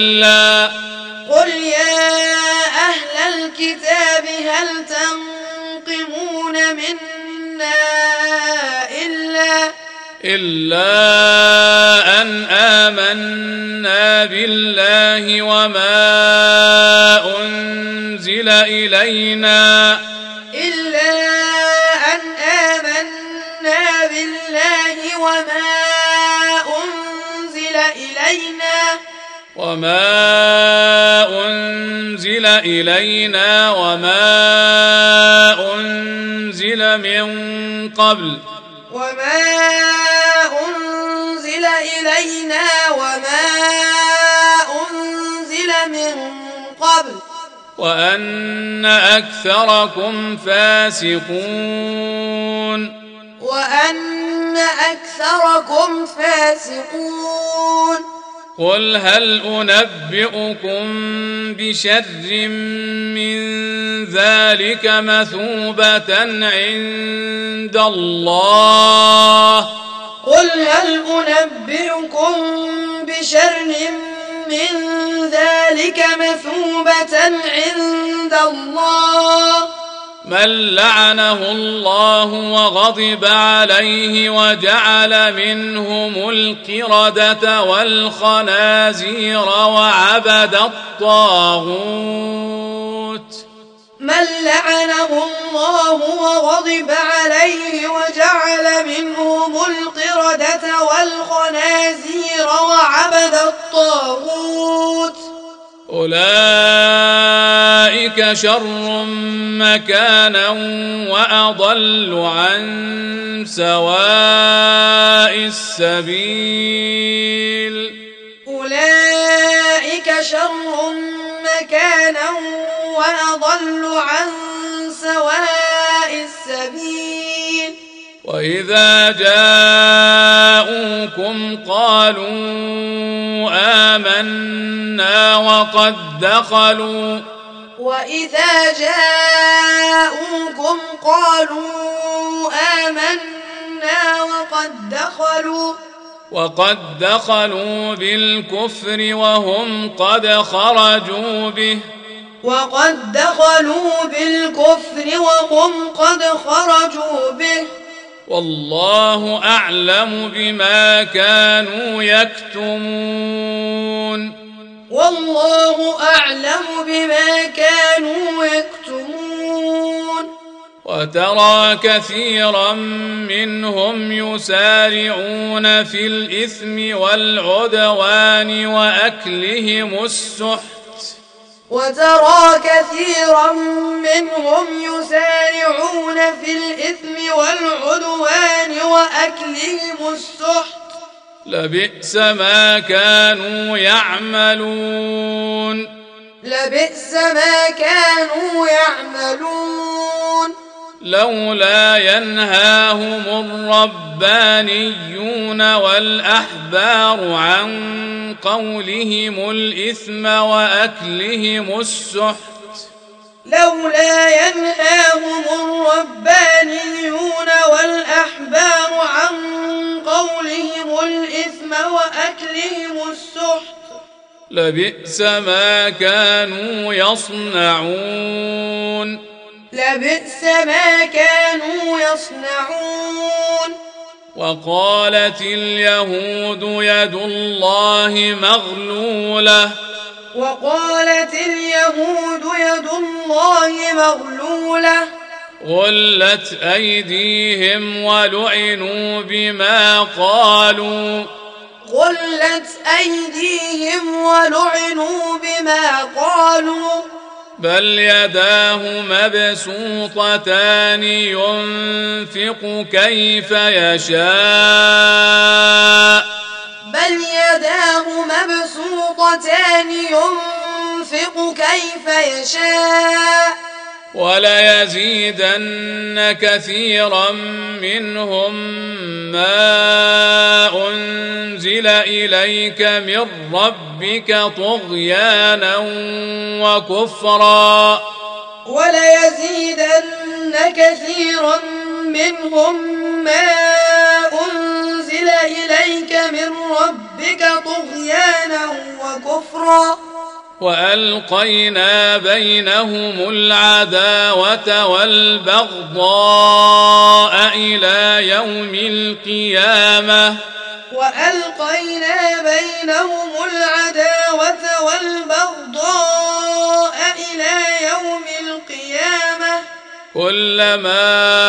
إلا أن آمنا بالله وما أنزل إلينا وما أنزل من قبل وأن أكثركم فاسقون قل هل أنبئكم بشر من ذلك مثوبة عند الله من لعنه الله وغضب عليه وجعل منهم القردة والخنازير وعبد الطاغوت أولئك شر مكانا وأضل عن سواء السبيل مكانا وأضل عن سواء السبيل وإذا جاءوكم قالوا آمنا وقد دخلوا بالكفر وهم قد خرجوا به والله أعلم بما كانوا يكتمون وترى كثيرا منهم يسارعون في الإثم والعدوان وأكلهم السحت لبئس ما كانوا يعملون لولا ينهاهم الربانيون والأحبار عن قولهم الإثم وأكلهم السحت لبئس ما كانوا يصنعون وقالت اليهود يد الله مغلولة غلت أيديهم ولعنوا بما قالوا بل يداه مبسوطتان ينفق كيف يشاء وليزيدن كثيرا منهم ما أنزل إليك من ربك طغيانا وكفرا وألقينا بينهم العداوة والبغضاء إلى يوم القيامة كلما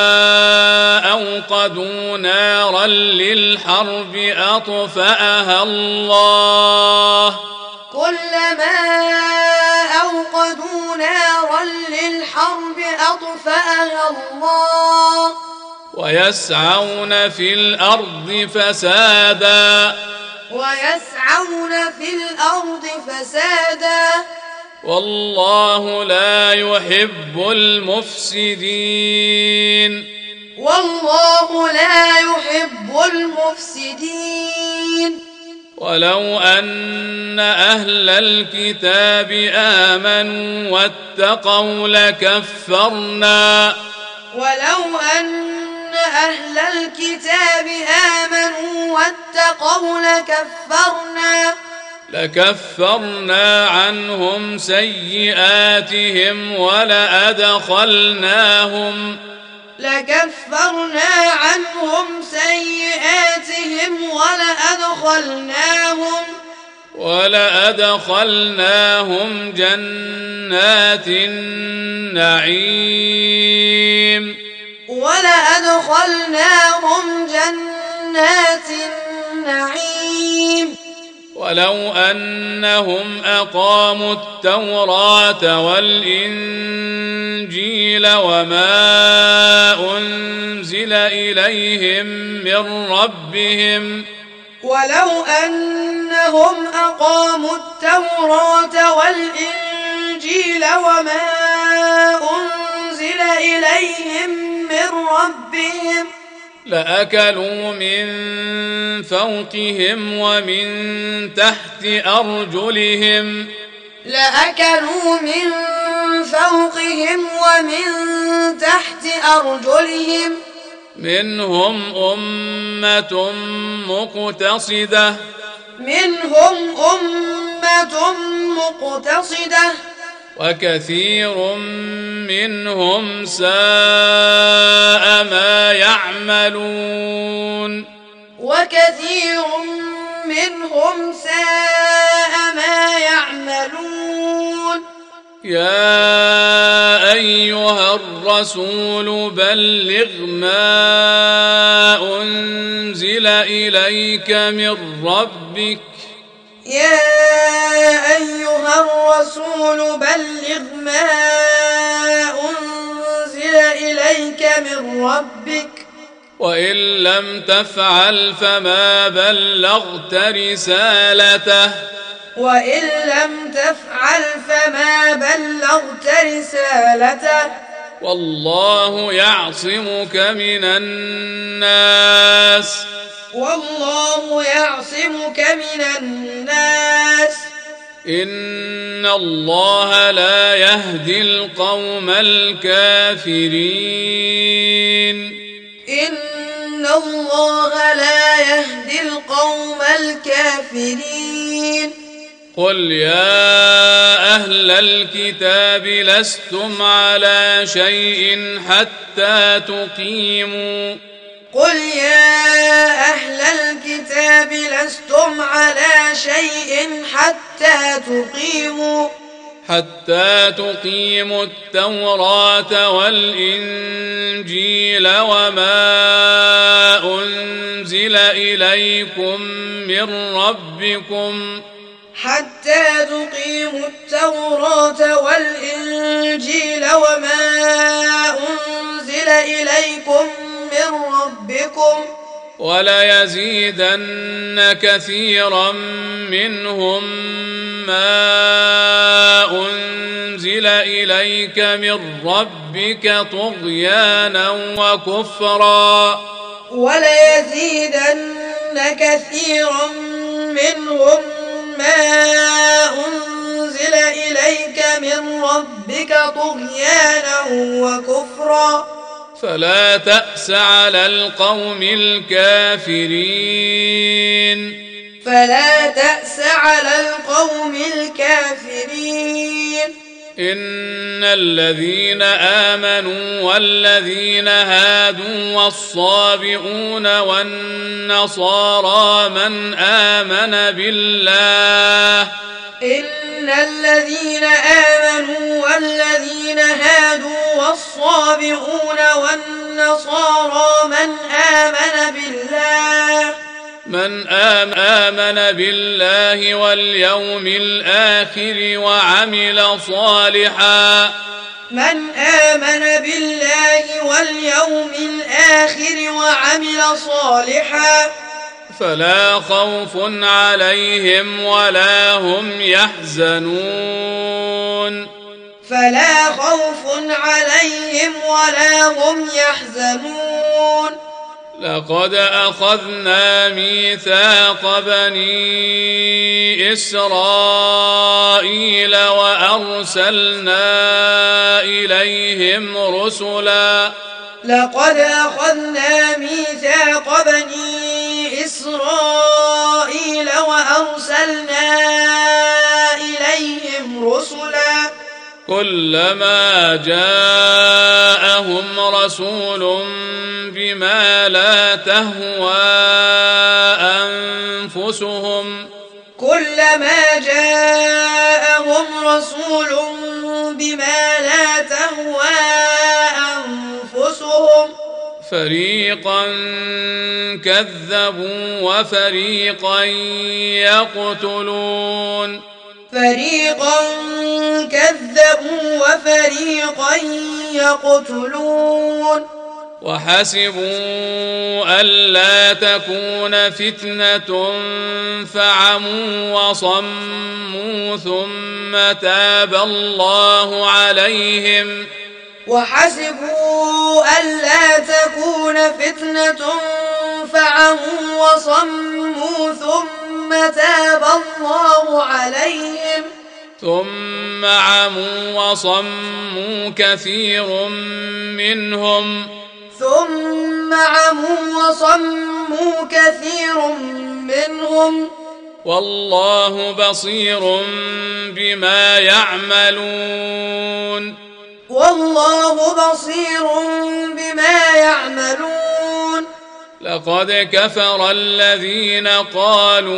أوقدوا نارا للحرب أطفأها الله ويسعون في الأرض فسادا والله لا يحب المفسدين ولو أن أهل الكتاب آمنوا واتقوا لكفرنا عنهم سيئاتهم ولأدخلناهم جنات النعيم ولو أنهم أقاموا التوراة والإنجيل وما أنزل إليهم من ربهم والإنجيل وما أنزل إليهم من ربهم لأكلوا من فوقهم ومن تحت أرجلهم لأكلوا من فوقهم ومن تحت أرجلهم منهم أمة مقتصدة وكثير منهم ساء ما يعملون يا أيها الرسول بلغ ما أنزل إليك من ربك وإن لم تفعل فما بلغت رسالته والله يعصمك من الناس إن الله لا يهدي القوم الكافرين قل يا أهل الكتاب لستم على شيء حتى تقيموا التوراة والإنجيل وما أنزل إليكم من ربكم وليزيدن كثيرا منهم ما أنزل إليك من ربك طغيانا وكفرا فلا تأس على القوم الكافرين إن الذين آمنوا والذين هادوا والصابئون والنصارى من آمن بالله من آمن بالله واليوم الآخر وعمل صالحا فلا خوف عليهم ولا هم يحزنون لقد أخذنا ميثاق بني إسرائيل وأرسلنا إليهم رسلا كلما جاءهم رسول بما لا تهوى أنفسهم فريقا كذبوا وفريقا يقتلون وحسبوا ألا تكون فتنة فعموا وصموا ثم تاب الله عليهم وحسبوا ألا تكون فتنة فعموا وصموا ثم تاب الله عليهم ثم عموا وصموا كثير منهم والله بصير بما يعملون لقد كفر الذين قالوا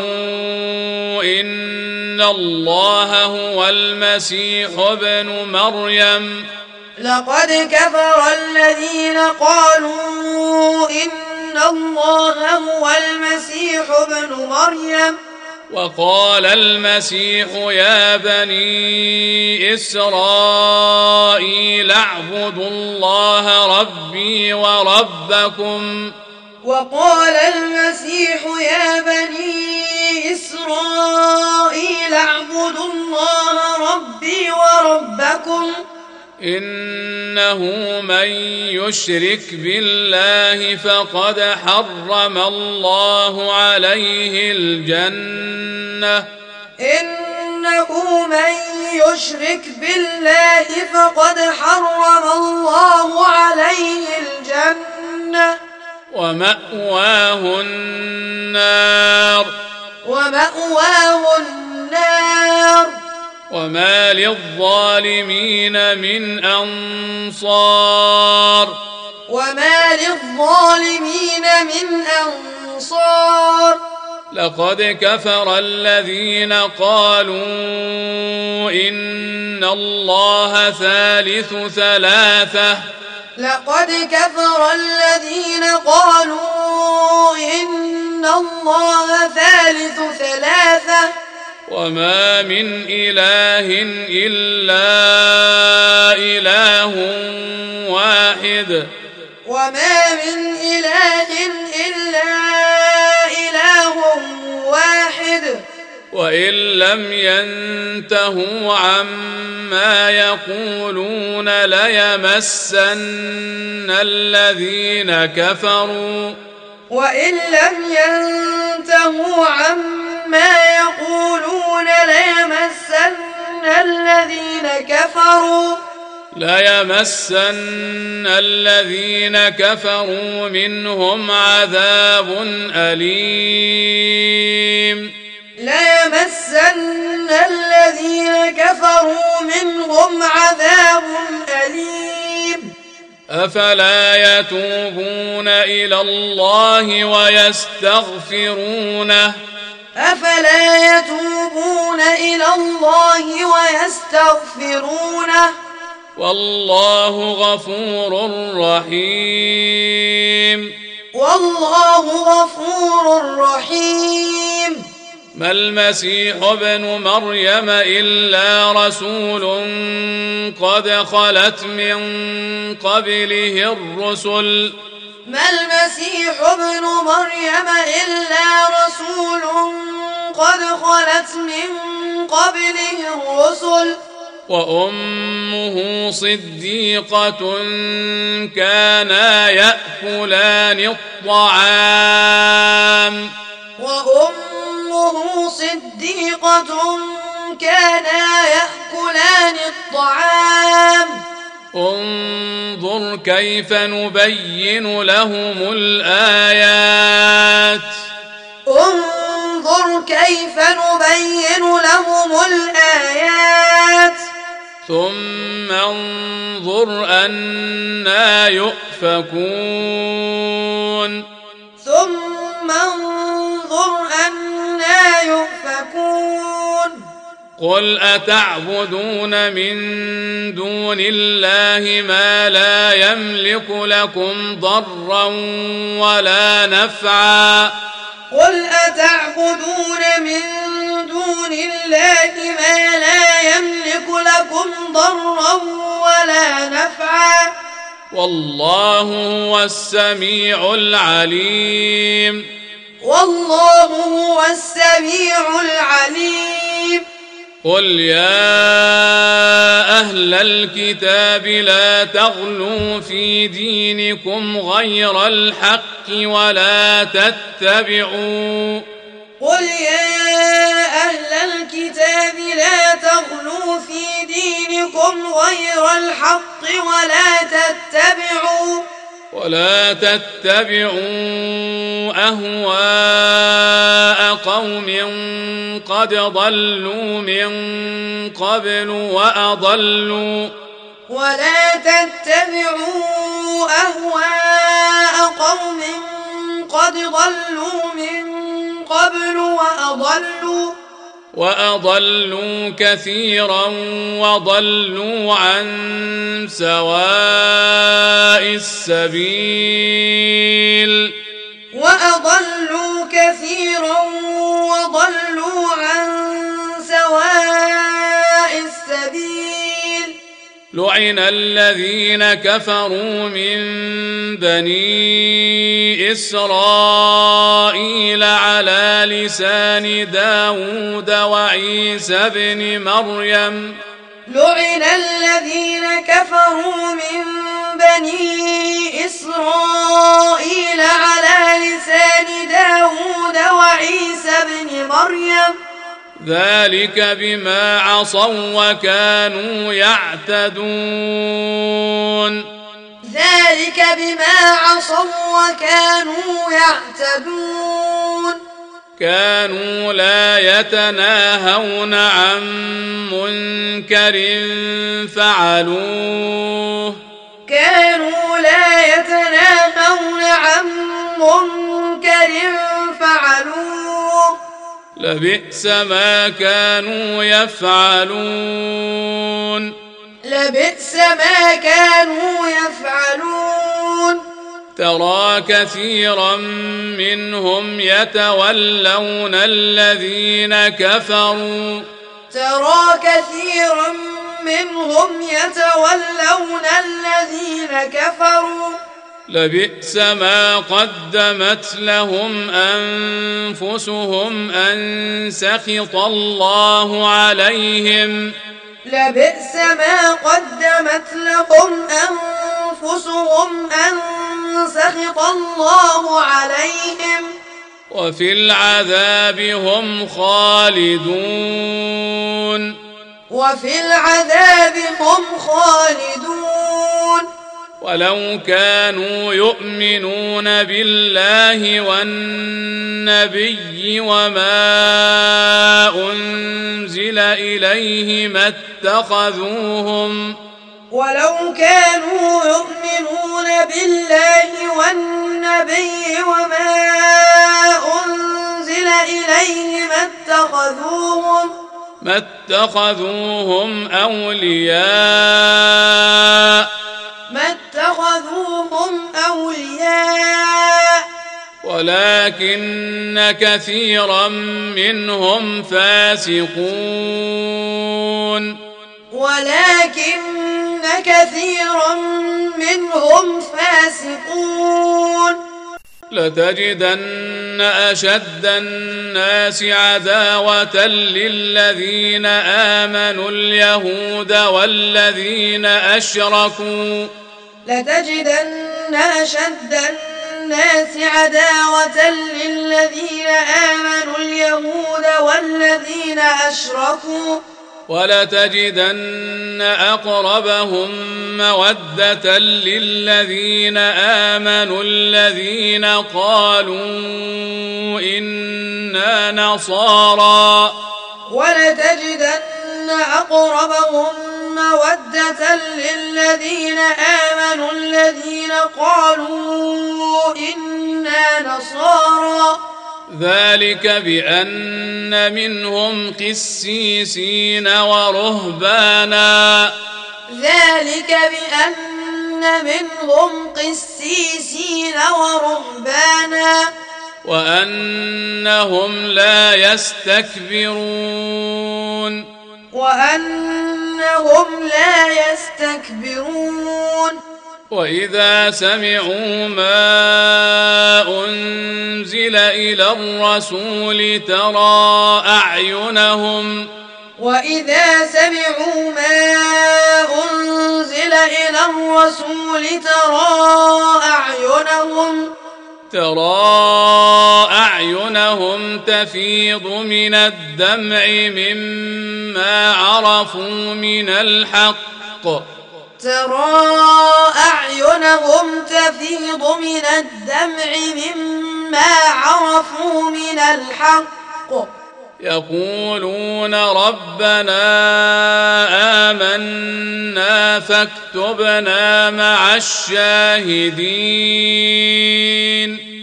إن الله هو المسيح ابن مريم وقال المسيح يا بني إسرائيل اعبدوا الله ربي وربكم إنه من يشرك بالله فقد حرم الله عليه الجنة ومأواه النار وما للظالمين من أنصار لقد كفر الذين قالوا إن الله ثالث ثلاثة وما من إله إلا إله واحد وإن لم ينتهوا عما يقولون ليمسن الذين كفروا منهم عذاب أليم أفلا يتوبون إلى الله ويستغفرونه والله غفور رحيم ما المسيح ابن مريم إلا رسول قد خلت من قبله الرسل وأمه صديقة كانا يأكلان الطعام انظر كيف نبين لهم الآيات ثم انظر أنى يؤفكون قل أتعبدون من دون الله ما لا يملك لكم ضرا ولا نفعا والله هو السميع العليم. والله هو السميع العليم. قل يا أهل الكتاب لا تغلوا في دينكم غير الحق ولا تتبعوا قل يا أهل الكتاب لا تغلوا في دينكم غير الحق ولا تتبعوا أهواء قوم قد ضلوا من قبل وأضلوا وأضلوا كثيرا وضلوا عن سواء السبيل. لعن الذين كفروا من بني إسرائيل على لسان داود وعيسى بن مريم. لعن الذين كفروا من بني إسرائيل على لسان داود وعيسى بن مريم. ذلك بما عصوا وكانوا يعتدون. كانوا لا يتناهون عن منكر فعلوه. لبئس ما كانوا يفعلون. ترى كثيرا منهم يتولون الذين كفروا لبئس ما قدمت لهم أنفسهم أن سخط الله عليهم. وفي العذاب هم خالدون. ولو كانوا يؤمنون بالله والنبي وما أنزل إليه ما اتخذوهم أولياء ولكن كثيرا منهم فاسقون. لتجدن أشد الناس عداوة للذين آمنوا اليهود والذين أشركوا ولتجدن أقربهم مودة للذين آمنوا الذين قالوا إنا نصارى ذلك بأن منهم قسيسين ورهبانا وأنهم لا يستكبرون. وإذا سمعوا ما أنزل إلى الرسول ترى أعينهم ترى أعينهم تفيض من الدمع مما عرفوا من الحق يقولون ربنا آمنا فاكتبنا مع الشاهدين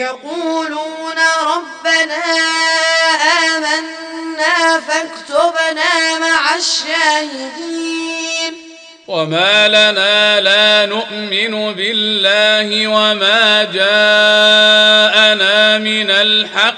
وما لنا لا نؤمن بالله وما جاءنا من الحق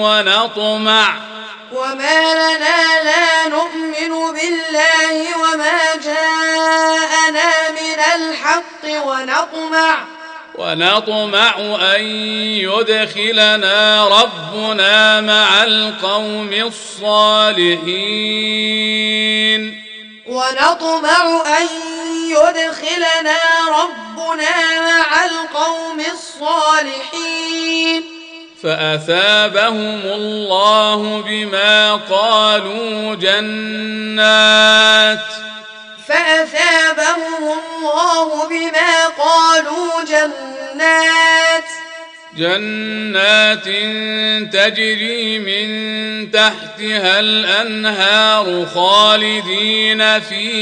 ونطمع أن يدخلنا ربنا مع القوم الصالحين فأثابهم الله بما قالوا جنات تجري من تحتها الأنهار خالدين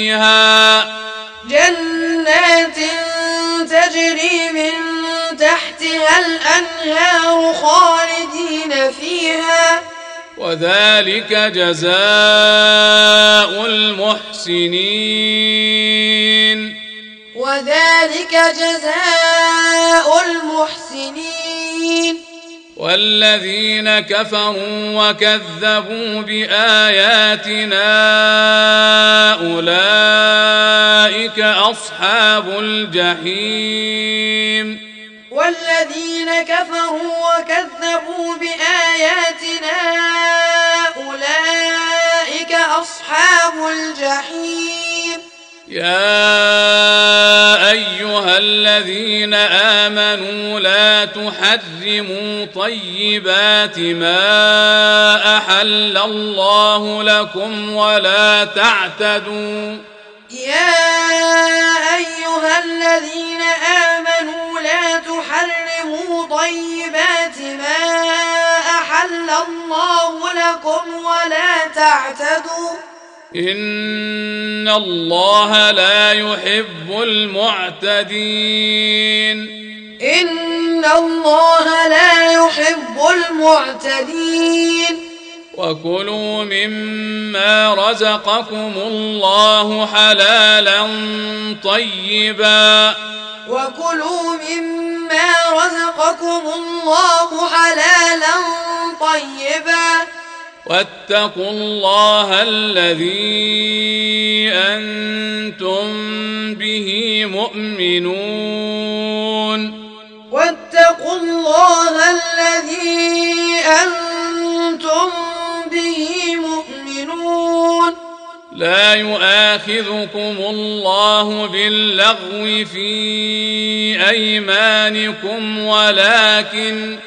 فيها وذلك جزاء المحسنين والذين كفروا وكذبوا بآياتنا أولئك أصحاب الجحيم يا أيها الذين آمنوا لا تحرموا طيبات ما أحل الله لكم ولا تعتدوا إن الله لا يحب المعتدين وكلوا مما رزقكم الله حلالا طيبا واتقوا الله الذي أنتم به مؤمنون لا يؤاخذكم الله باللغو في أيمانكم ولكن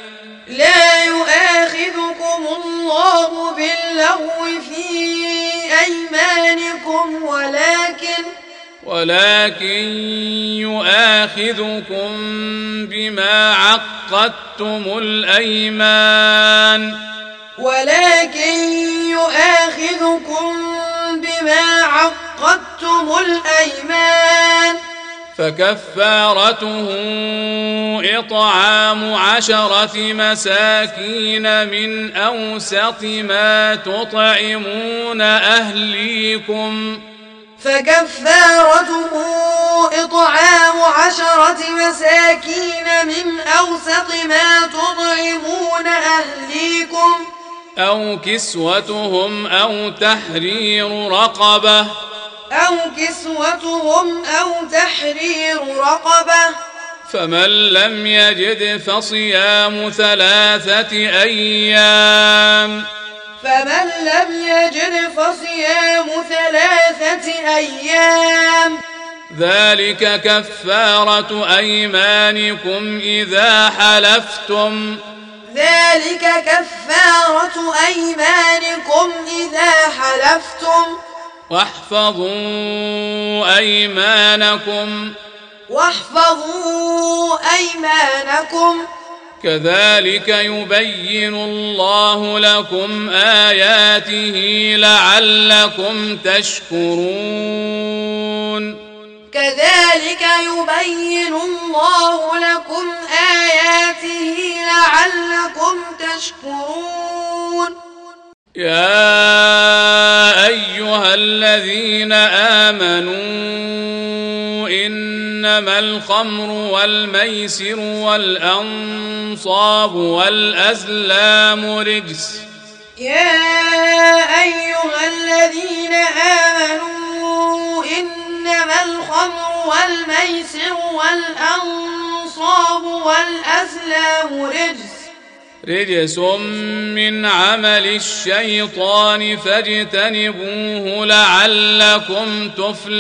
يؤاخذكم بما عقدتم الأيمان فكفارته إطعام 10 مساكين من أوسط ما تطعمون أهليكم أو كسوتهم أو تحرير رقبة أو كسوتهم أو تحرير رقبة، فمن لم يجد فصيام 3 أيام، فمن لم يجد فصيام 3 أيام، ذلك كفارة أيمانكم إذا حلفتم، ذلك كفارة أيمانكم إذا حلفتم، واحفظوا أيمانكم، واحفظوا أيمانكم، كذلك يبين الله لكم آياته لعلكم تشكرون. كذلك يبين الله لكم آياته لعلكم تشكرون. يا أيها الذين آمنوا إنما الخمر والميسر والأنصاب والأزلام رجس. يا أيها الذين آمنوا إنما الخمر والميسر والأنصاب والأزلام رجس من عمل الشيطان فاجتنبوه لعلكم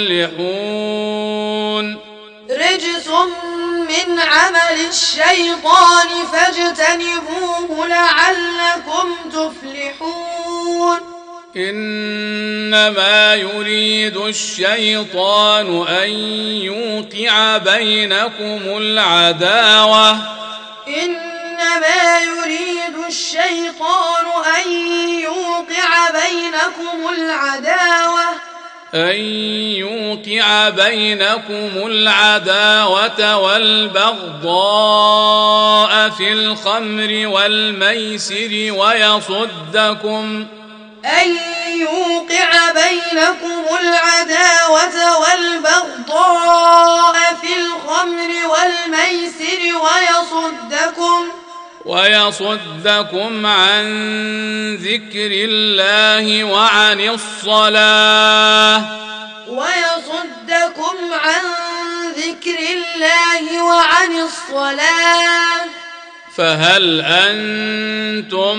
تفلحون. رجس من عمل الشيطان فاجتنبوه لعلكم تفلحون. إنما يريد الشيطان أن يوقع بينكم العداوة، إنما يريد الشيطان أن يوقع بينكم العداوة والبغضاء في الخمر والميسر ويصدكم عن ذكر الله وعن الصلاة، فهل أنتم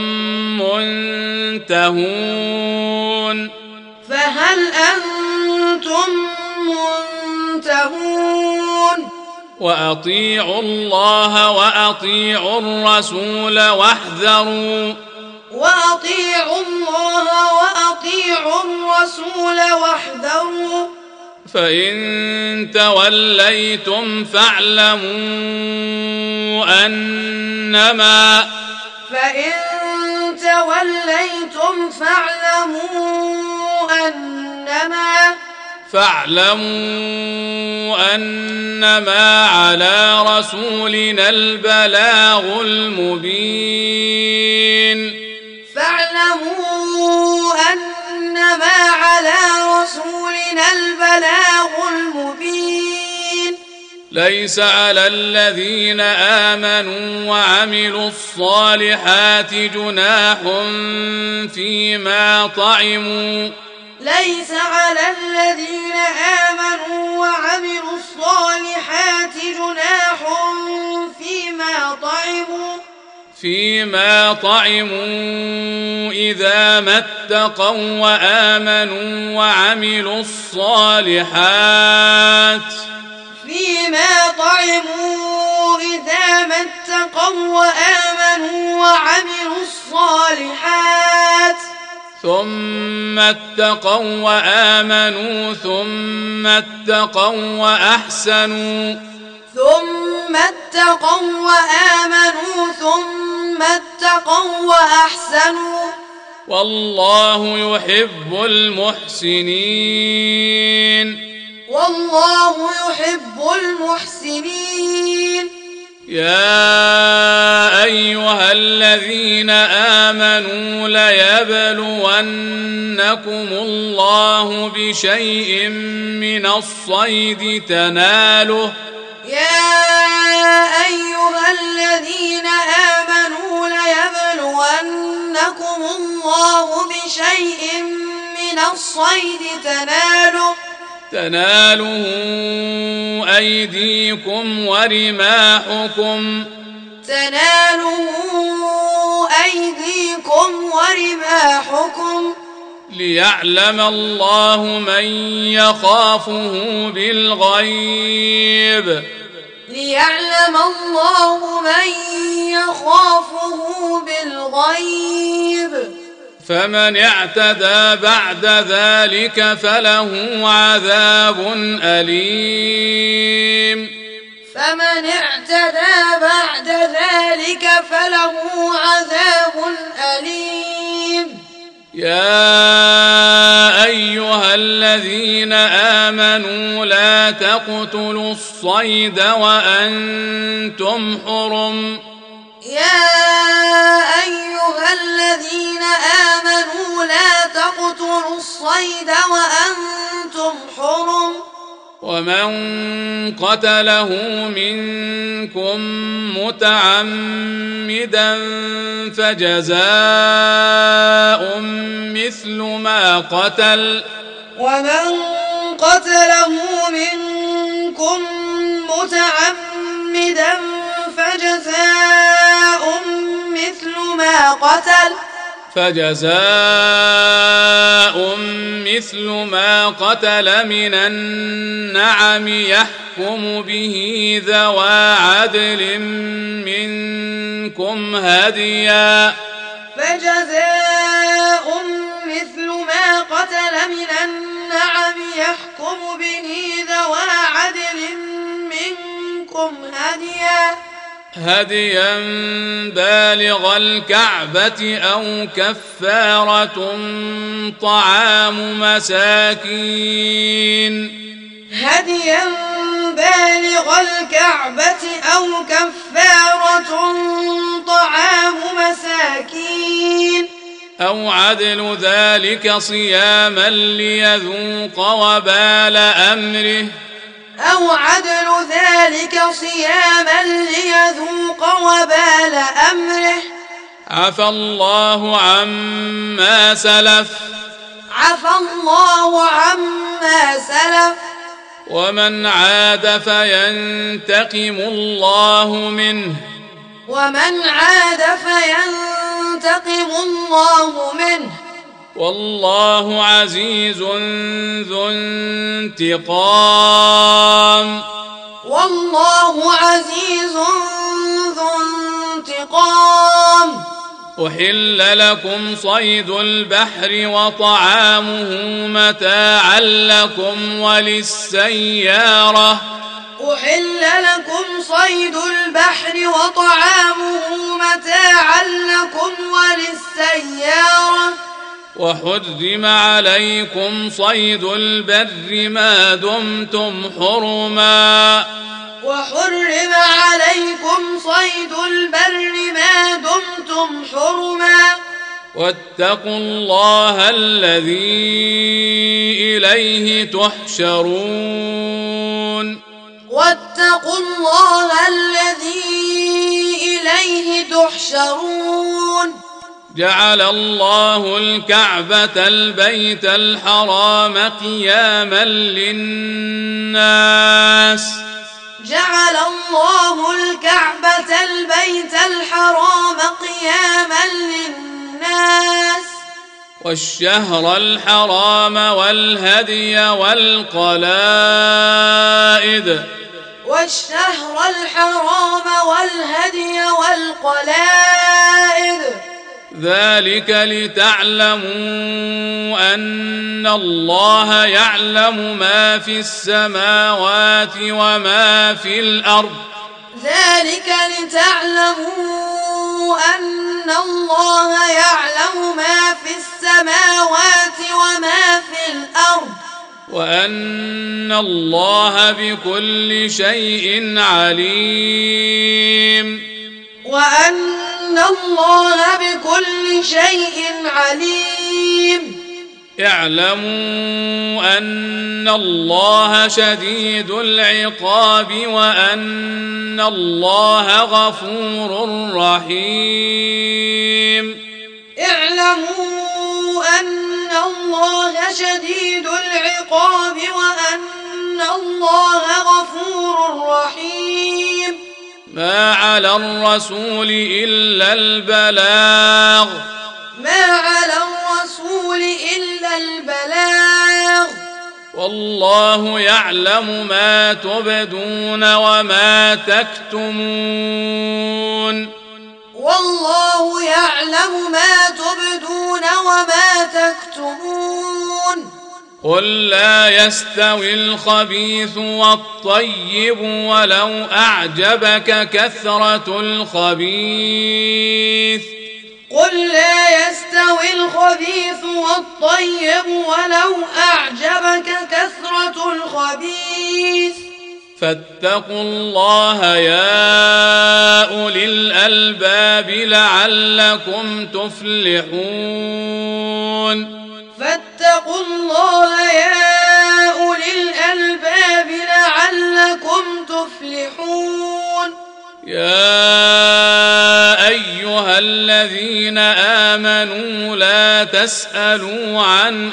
منتهون؟ وأطيعوا الله وأطيعوا الرسول واحذروا، فإن توليتم فاعلموا أنما على رسولنا البلاغ المبين. ليس على الذين آمنوا وعملوا الصالحات جناح فيما طعموا، إذا ما اتقوا وآمنوا وعملوا الصالحات ثم اتقوا وآمنوا ثم اتقوا وأحسنوا والله يحب المحسنين. يا أيها الذين آمنوا ليبلونكم الله بشيء من الصيد تناله تناله أيديكم ورماحكم ليعلم الله من يخافه بالغيب فمن اعتدى بعد ذلك فله عذاب أليم يا أيها الذين آمنوا لا تقتلوا الصيد وأنتم حرم ومن قتله منكم متعمدا فجزاء مثل ما قتل من النعم يحكم به ذوى عدل منكم هديا هديا بالغ الكعبة أو كفارة طعام مساكين أو عدل ذلك صياما ليذوق وبال أمره عفى الله عما سلف ومن عاد فينتقم الله منه والله عزيز ذو انتقام أحل لكم صيد البحر وطعامه متاعا لكم وللسيارة وحرم عليكم صيد البر ما دمتم حرما واتقوا الله الذي إليه تحشرون جعل الله الكعبة البيت الحرام قياما للناس والشهر الحرام والهدي والقلائد ذلك لتعلموا أن الله يعلم ما في السماوات وما في الأرض وأن الله بكل شيء عليم اعلموا أن الله شديد العقاب وأن الله غفور رحيم اعلموا أن الله شديد العقاب وأن غفور رحيم. ما على الرسول إلا البلاغ. ما على الرسول إلا البلاغ. والله يعلم ما تبدون وما تكتمون. والله يعلم ما تبدون وما تكتمون. قل لا يستوي الخبيث والطيب ولو أعجبك كثرة الخبيث. قل لا يستوي الخبيث والطيب ولو أعجبك كثرة الخبيث. فاتقوا الله يا أولي الألباب لعلكم تفلحون. فاتقوا الله يا أولي الألباب لعلكم تفلحون. يا أيها الذين آمنوا لا تسألوا عن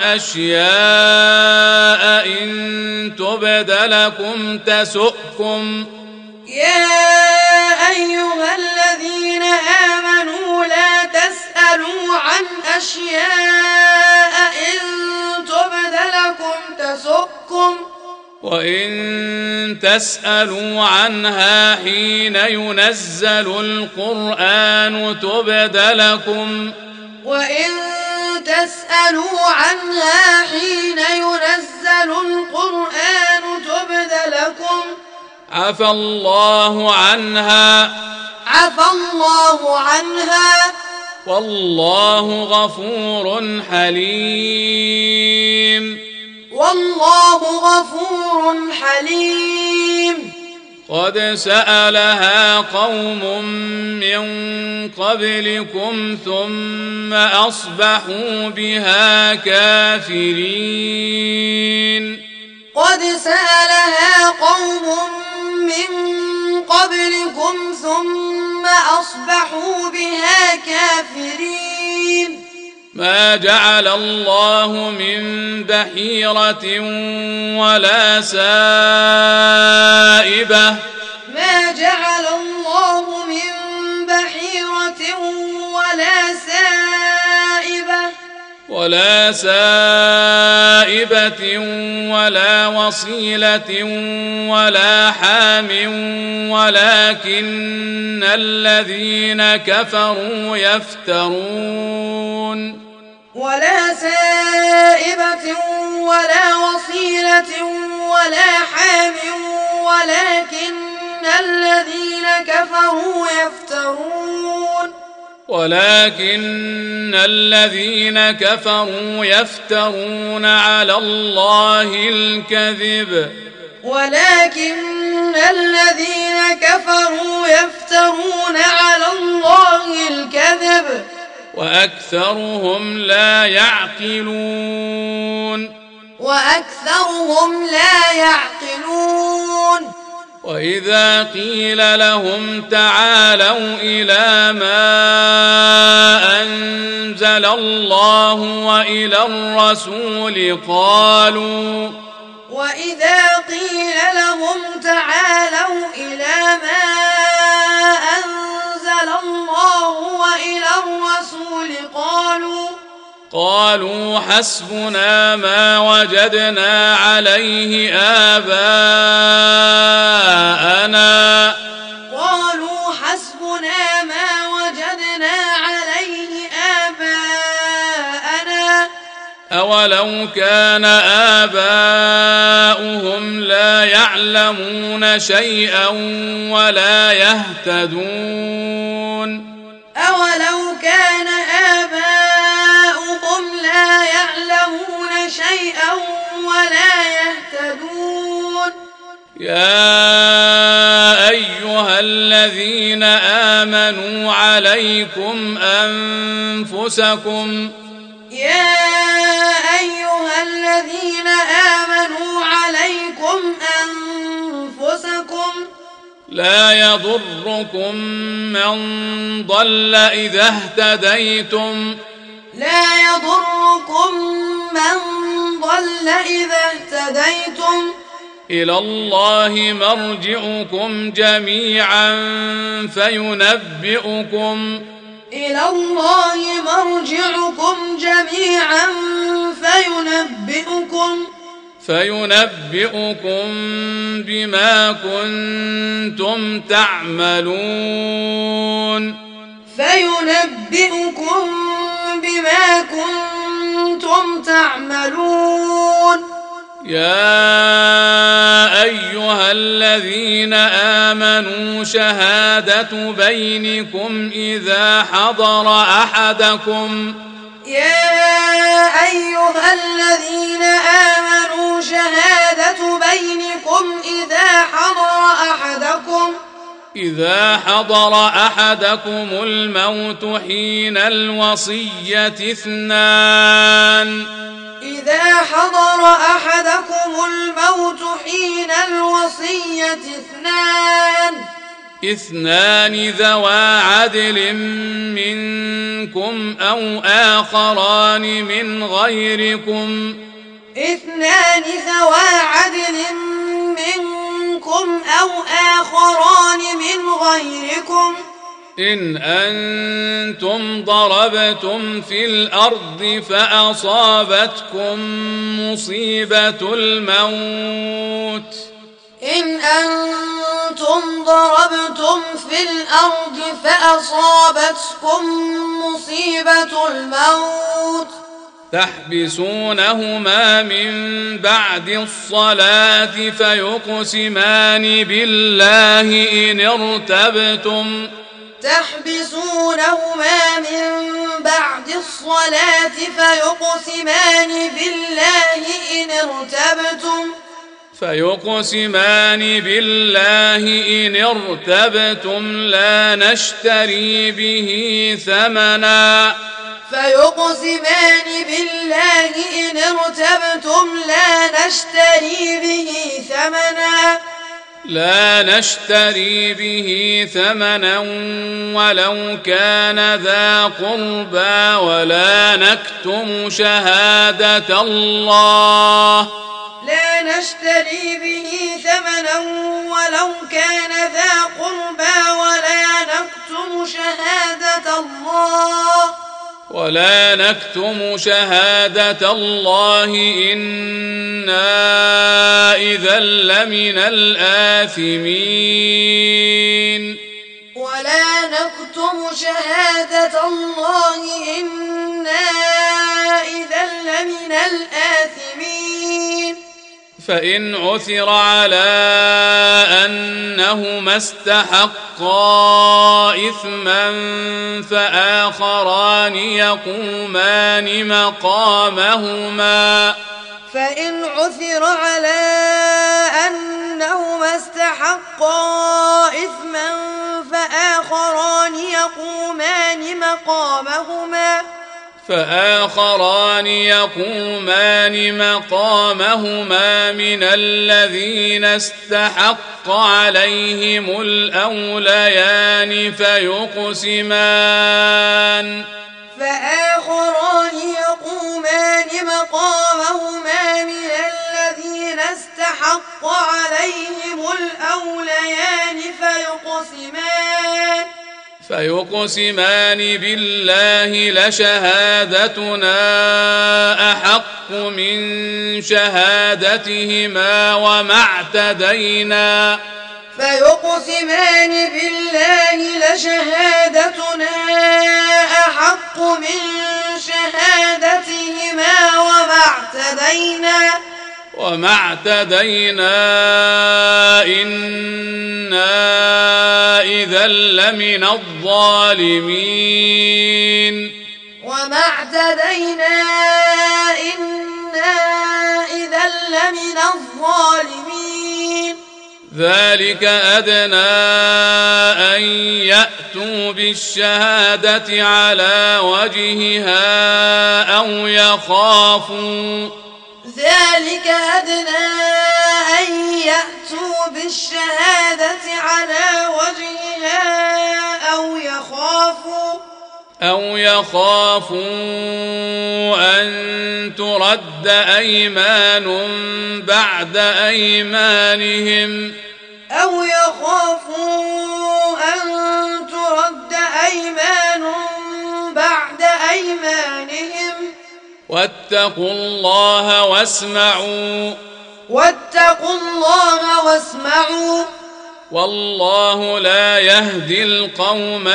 أشياء إن تبد لكم تسؤكم. يا أيها الذين آمنوا لا تسألوا عن أشياء إن تبد لكم تسؤكم. وإن تسألوا عنها حين ينزل القرآن تبد لكم. وإن تسألوا عنها حين ينزل القرآن تبد لكم. عفى الله عنها. عفى الله عنها. والله غفور حليم. والله غفور حليم. قد سألها قوم من قبلكم ثم أصبحوا بها كافرين. قد سألها قوم من قبلكم ثم أصبحوا بها كافرين. ما جعل الله من بحيرة ولا سائبة. ما جعل الله من بحيرة ولا سائبة ولا وصيلة ولا حام ولكن الذين كفروا يفترون. ولا سائبة ولا وصيلة ولا حام ولكن الذين كفروا يفترون. ولكن الذين كفروا يفترون على الله الكذب. ولكن الذين كفروا يفترون على الله الكذب. وأكثرهم لا يعقلون. وأكثرهم لا يعقلون. وإذا قيل لهم تعالوا إلى ما أنزل الله وإلى الرسول قالوا. وإذا قيل لهم تعالوا إلى ما أنزل الله وإلى الرسول قالوا حسبنا ما وجدنا عليه آباءنا. قالوا حسبنا ما وجدنا عليه آباءنا. أولو كان آباؤهم لا يعلمون شيئا ولا يهتدون. أولو كان آباؤهم لا يعلمون شيئا ولا يهتدون. يا أيها الذين آمنوا عليكم أنفسكم. يا أيها الذين آمنوا عليكم أنفسكم. لا يضركم من ضل إذا اهتديتم. لا يضركم من ضل إذا اهتديتم. إلى الله مرجعكم جميعا فينبئكم فينبئكم بما كنتم تعملون يا أيها الذين آمنوا شهادة بينكم إذا حضر أحدكم إذا حضر أحدكم الموت حين الوصية اثنان ذوا عدل منكم أو آخران من غيركم إن أنتم ضربتم في الأرض فأصابتكم مصيبة الموت تحبسونهما من بعد الصلاة فيقسمان بالله إن ارتبتم لا نشتري به ثمنا ولو كان ذا قربى ولا نكتم شهادة الله إنا إذا لمن الآثمين فإن عثر على أنهما استحقا إثما فآخران يقومان مقامهما من الذين استحق عليهم الأوليان فيقسمان بالله لشهادتنا أحق من شهادتهما وما اعتدينا إنا إذا لمن الظالمين ذلك أدنى أن يأتوا بالشهادة على وجهها أو يخافوا أن ترد أيمان بعد أيمانهم أو يخافوا أن ترد أيمان بعد أيمانهم واتقوا الله واسمعوا والله لا يهدي القوم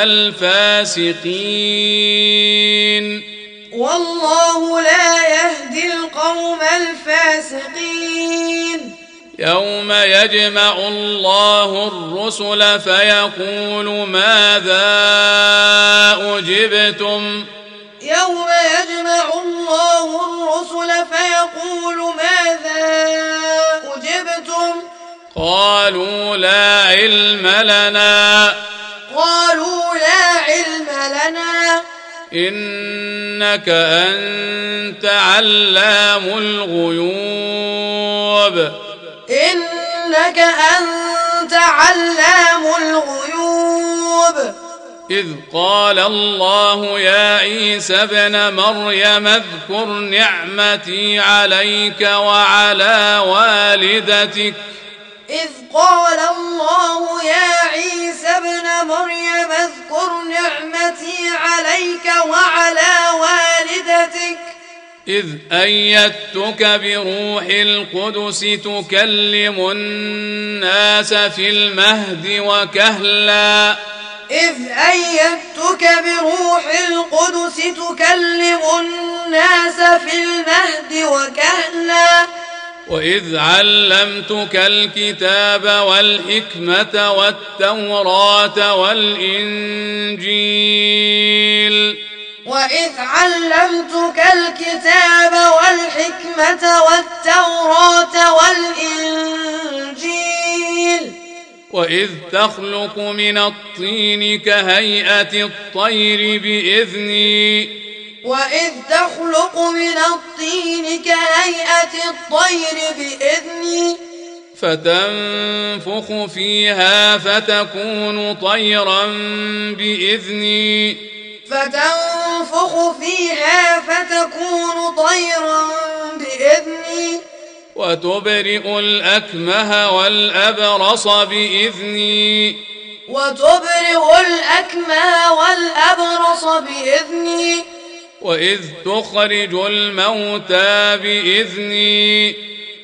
الفاسقين يوم يجمع الله الرسل فيقول ماذا أجبتم قالوا لا علم لنا إنك أنت علام الغيوب إذ قال الله يا عيسى ابن مريم اذكر نعمتي عليك وعلى والدتك إذ أيدتك بروح القدس تكلم الناس في المهد وكهلا وإذ علمتك الكتاب والحكمة والتوراة والإنجيل وإذ تخلق من الطين كهيئة الطير بإذني فتنفخ فيها فتكون طيرا بإذني وتبرئ الأكمه والأبرص بإذني وإذ تخرج الموتى بإذني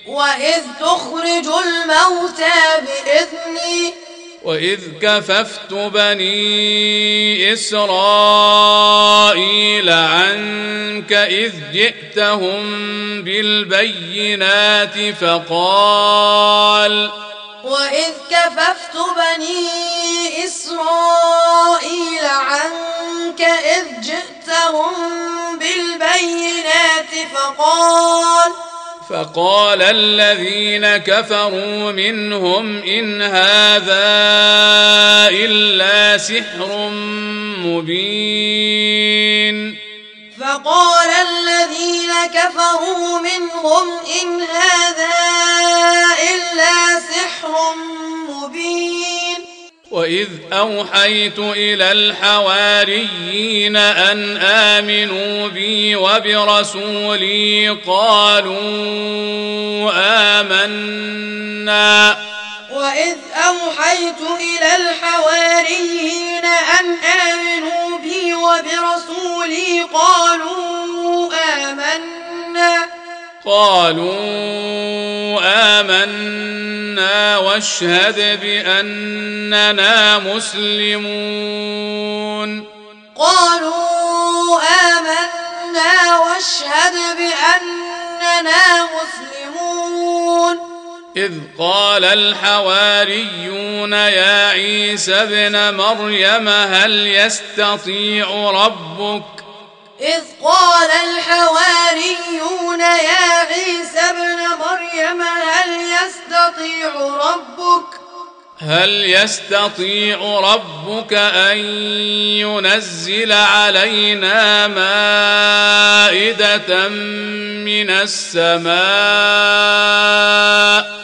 وإذ كففت بني إسرائيل عنك إذ جئتهم بالبينات فقال فقال الذين كفروا منهم إن هذا إلا سحر مبين وإذ أوحيت إلى الحواريين أن آمنوا بي وبرسولي قالوا آمنا واشهد بأننا مسلمون إذ قال الحواريون يا عيسى ابن مريم هل يستطيع ربك أن ينزل علينا مائدة من السماء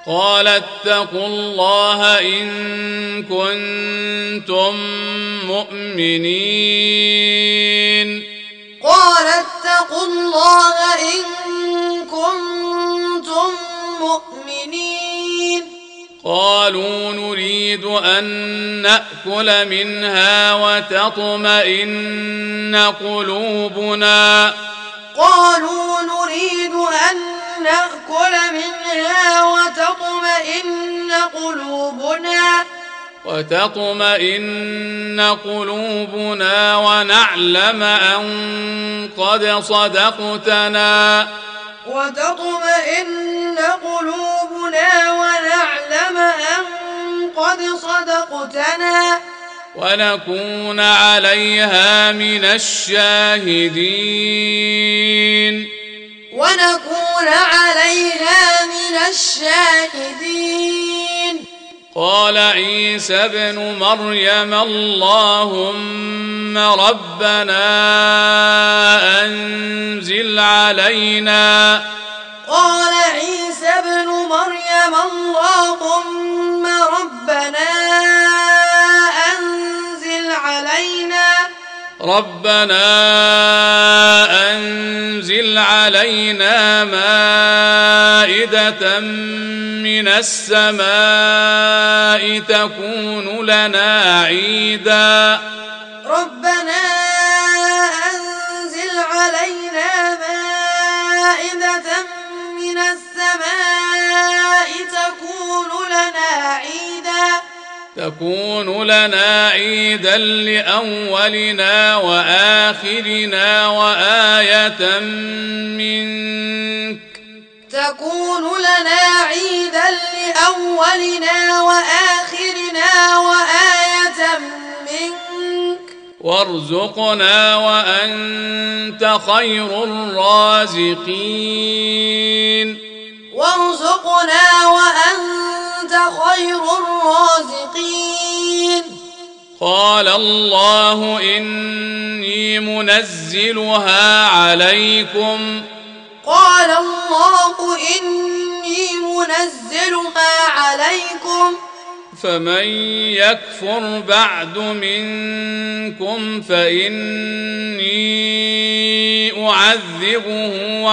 قال اتقوا الله إن كنتم مؤمنين قال اتقوا الله إن كنتم مؤمنين قالوا نريد أن نأكل منها وتطمئن قلوبنا قالوا نريد أن نأكل منها وتطمئن قلوبنا ونعلم أن قد صدقتنا ونكون عليها من الشاهدين قال عيسى ابن مريم اللهم ربنا أنزل علينا مائدة من السماء تكون لنا عيدا لأولنا وآخرنا وآية منك وارزقنا وأنت خير الرازقين قال الله إني منزلها عليكم فمن يكفر بعد منكم فإني أعذبه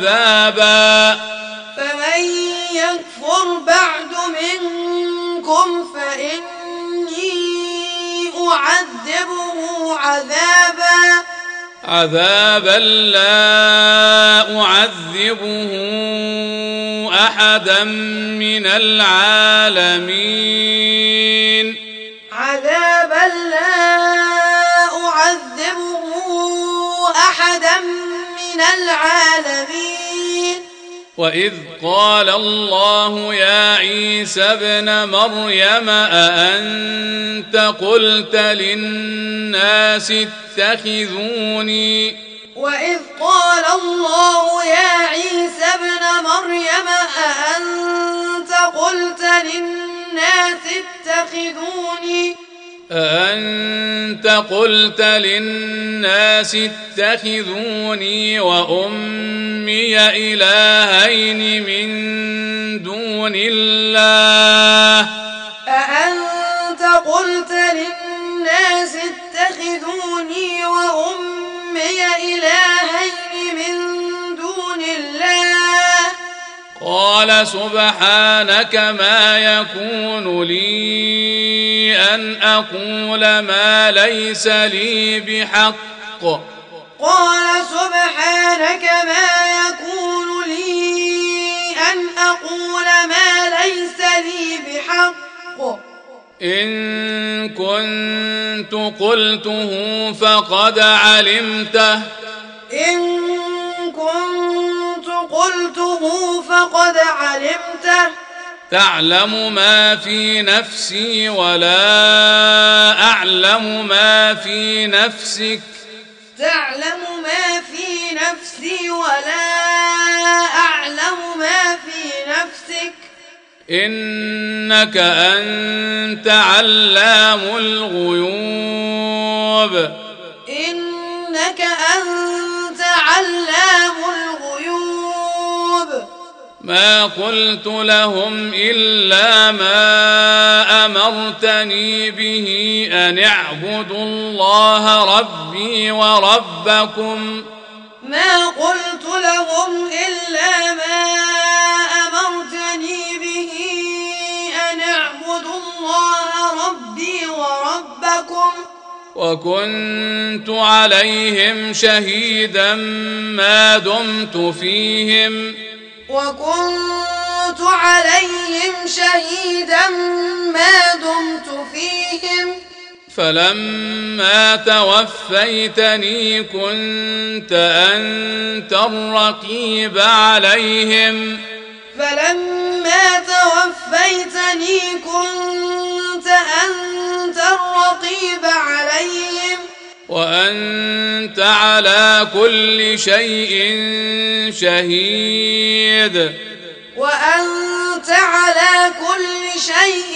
عذابا لا أعذبه أحدا من العالمين وإذ قال الله يا عيسى ابن مريم أأنت قلت للناس اتخذوني وأمي إلهين من دون الله قال سبحانك ما يكون لي أن أقول ما ليس لي بحق إن كنت قلته فقد علمته تعلم ما في نفسي ولا أعلم ما في نفسك إنك أنت علام الغيوب ما قلت لهم إلا ما أمرتني به أن اعبدوا الله ربي وربكم ما قلت لهم إلا ما أمرتني به أن اعبدوا الله ربي وربكم وكنت عليهم شهيدا ما دمت فيهم وكنت عليهم شهيدا ما دمت فيهم فلما توفيتني كنت أنت الرقيب عليهم فلما توفيتني كنت أنت الرقيب عليهم وأنت على كل شيء شهيد وأنت على كل شيء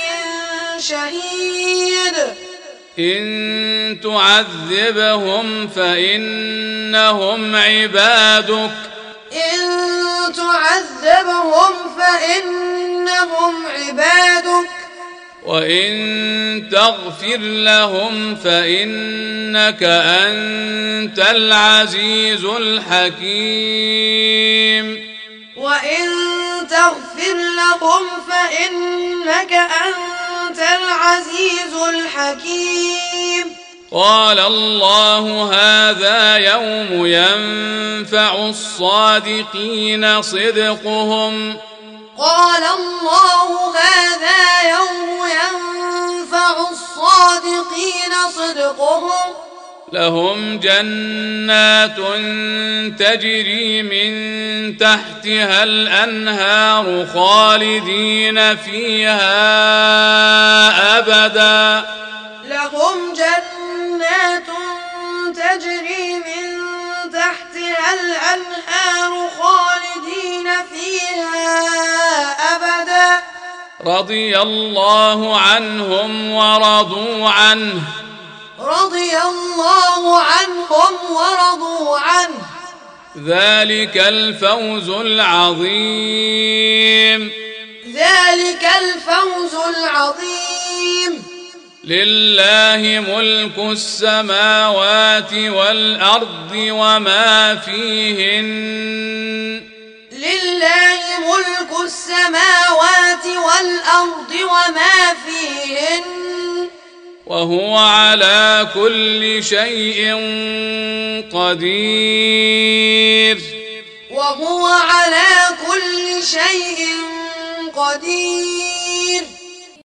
شهيد إن تعذبهم فإنهم عبادك إن تعذبهم فإنهم عبادك وإن تغفر لهم فإنك أنت العزيز الحكيم وإن تغفر لهم فإنك أنت العزيز الحكيم قال الله هذا يوم ينفع الصادقين صدقهم قال الله هذا يوم ينفع الصادقين صدقهم لهم جنات تجري من تحتها الأنهار خالدين فيها أبدا لهم جنات تجري من تحتها الأنهار خالدين فيها أبدا رضي الله عنهم ورضوا عنه رضي الله عنهم ورضوا عنه ذلك الفوز العظيم ذلك الفوز العظيم لله ملك السماوات والأرض وما فيهن لله ملك السماوات والأرض وما فيهن وهو على كل شيء قدير وهو على كل شيء قدير